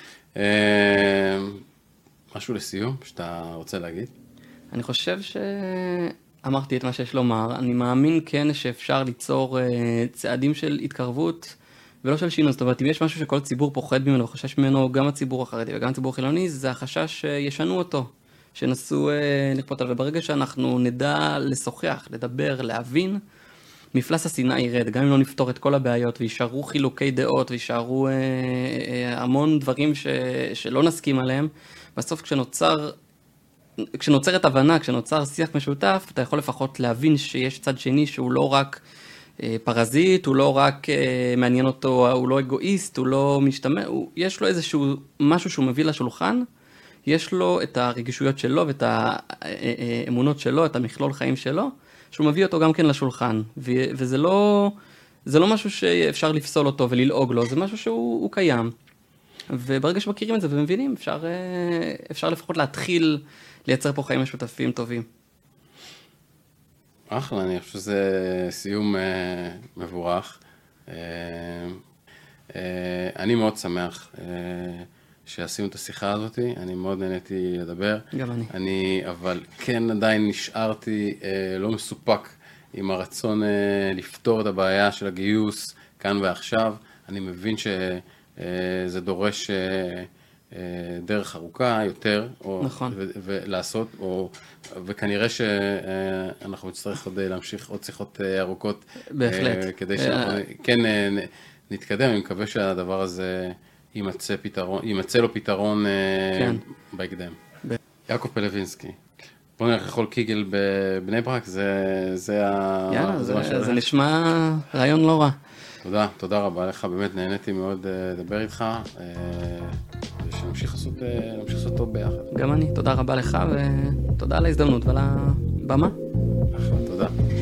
משהו לסיום שאתה רוצה להגיד? אני חושב שאמרתי את מה שיש לומר. אני מאמין כן שאפשר ליצור צעדים של התקרבות ולא של שינוי. זאת אומרת, אם יש משהו שכל ציבור פוחד ממנו, חשש ממנו, גם הציבור החרדי וגם הציבור החילוני, זה החשש שישנו אותו, שנסו לכפות עליו. וברגע שאנחנו נדע לשוחח, לדבר, להבין, מפלס השנאה ירד. גם אם לא נפתור את כל הבעיות וישארו חילוקי דעות וישארו המון דברים ש, שלא נסכים עליהם, בסוף כשנוצר כשנוצרת הבנה, כשנוצר שיח משותף, אתה יכול לפחות להבין שיש צד שני שהוא לא רק אה, פרזיט, הוא לא רק אה, מעניין אותו, הוא לא אגואיסט, הוא לא משתמע, הוא, יש לו איזשהו משהו שהוא מביא לשולחן, יש לו את הרגישויות שלו ואת האמונות שלו, את המכלול חיים שלו, שהוא מביא אותו גם כן לשולחן, ו, וזה לא, זה לא משהו שאפשר לפסול אותו וללעוג לו, זה משהו שהוא קיים. וברגע שמכירים את זה ומבינים, אפשר, אפשר לפחות להתחיל לייצר פה חיים משותפים טובים. אחלה, אני חושב שזה סיום אה, מבורך. אה, אה, אני מאוד שמח אה, שעשינו את השיחה הזאת, אני מאוד נהניתי לדבר. גם אני. אני אבל כן עדיין נשארתי אה, לא מסופק עם הרצון אה, לפתור את הבעיה של הגיוס כאן ועכשיו. אני מבין ש... זה דורש דרך ארוכה יותר, או, נכון. ו- ולעשות, או, וכנראה שאנחנו נצטרך עוד להמשיך עוד שיחות ארוכות. בהחלט. כדי שאנחנו כן נתקדם, אני מקווה שהדבר הזה יימצא פתרון, יימצא לו פתרון כן. בהקדם. ב- יעקב פלווינסקי. בוא נלך לאכול קיגל בבני ברק, זה, זה ה... יאללה, זה, זה, זה נשמע רעיון לא רע. תודה, תודה רבה לך, באמת נהניתי מאוד לדבר איתך, ושנמשיך לעשות, נמשיך לעשות טוב ביחד. גם אני, תודה רבה לך, ותודה על ההזדמנות ועל הבמה. תודה.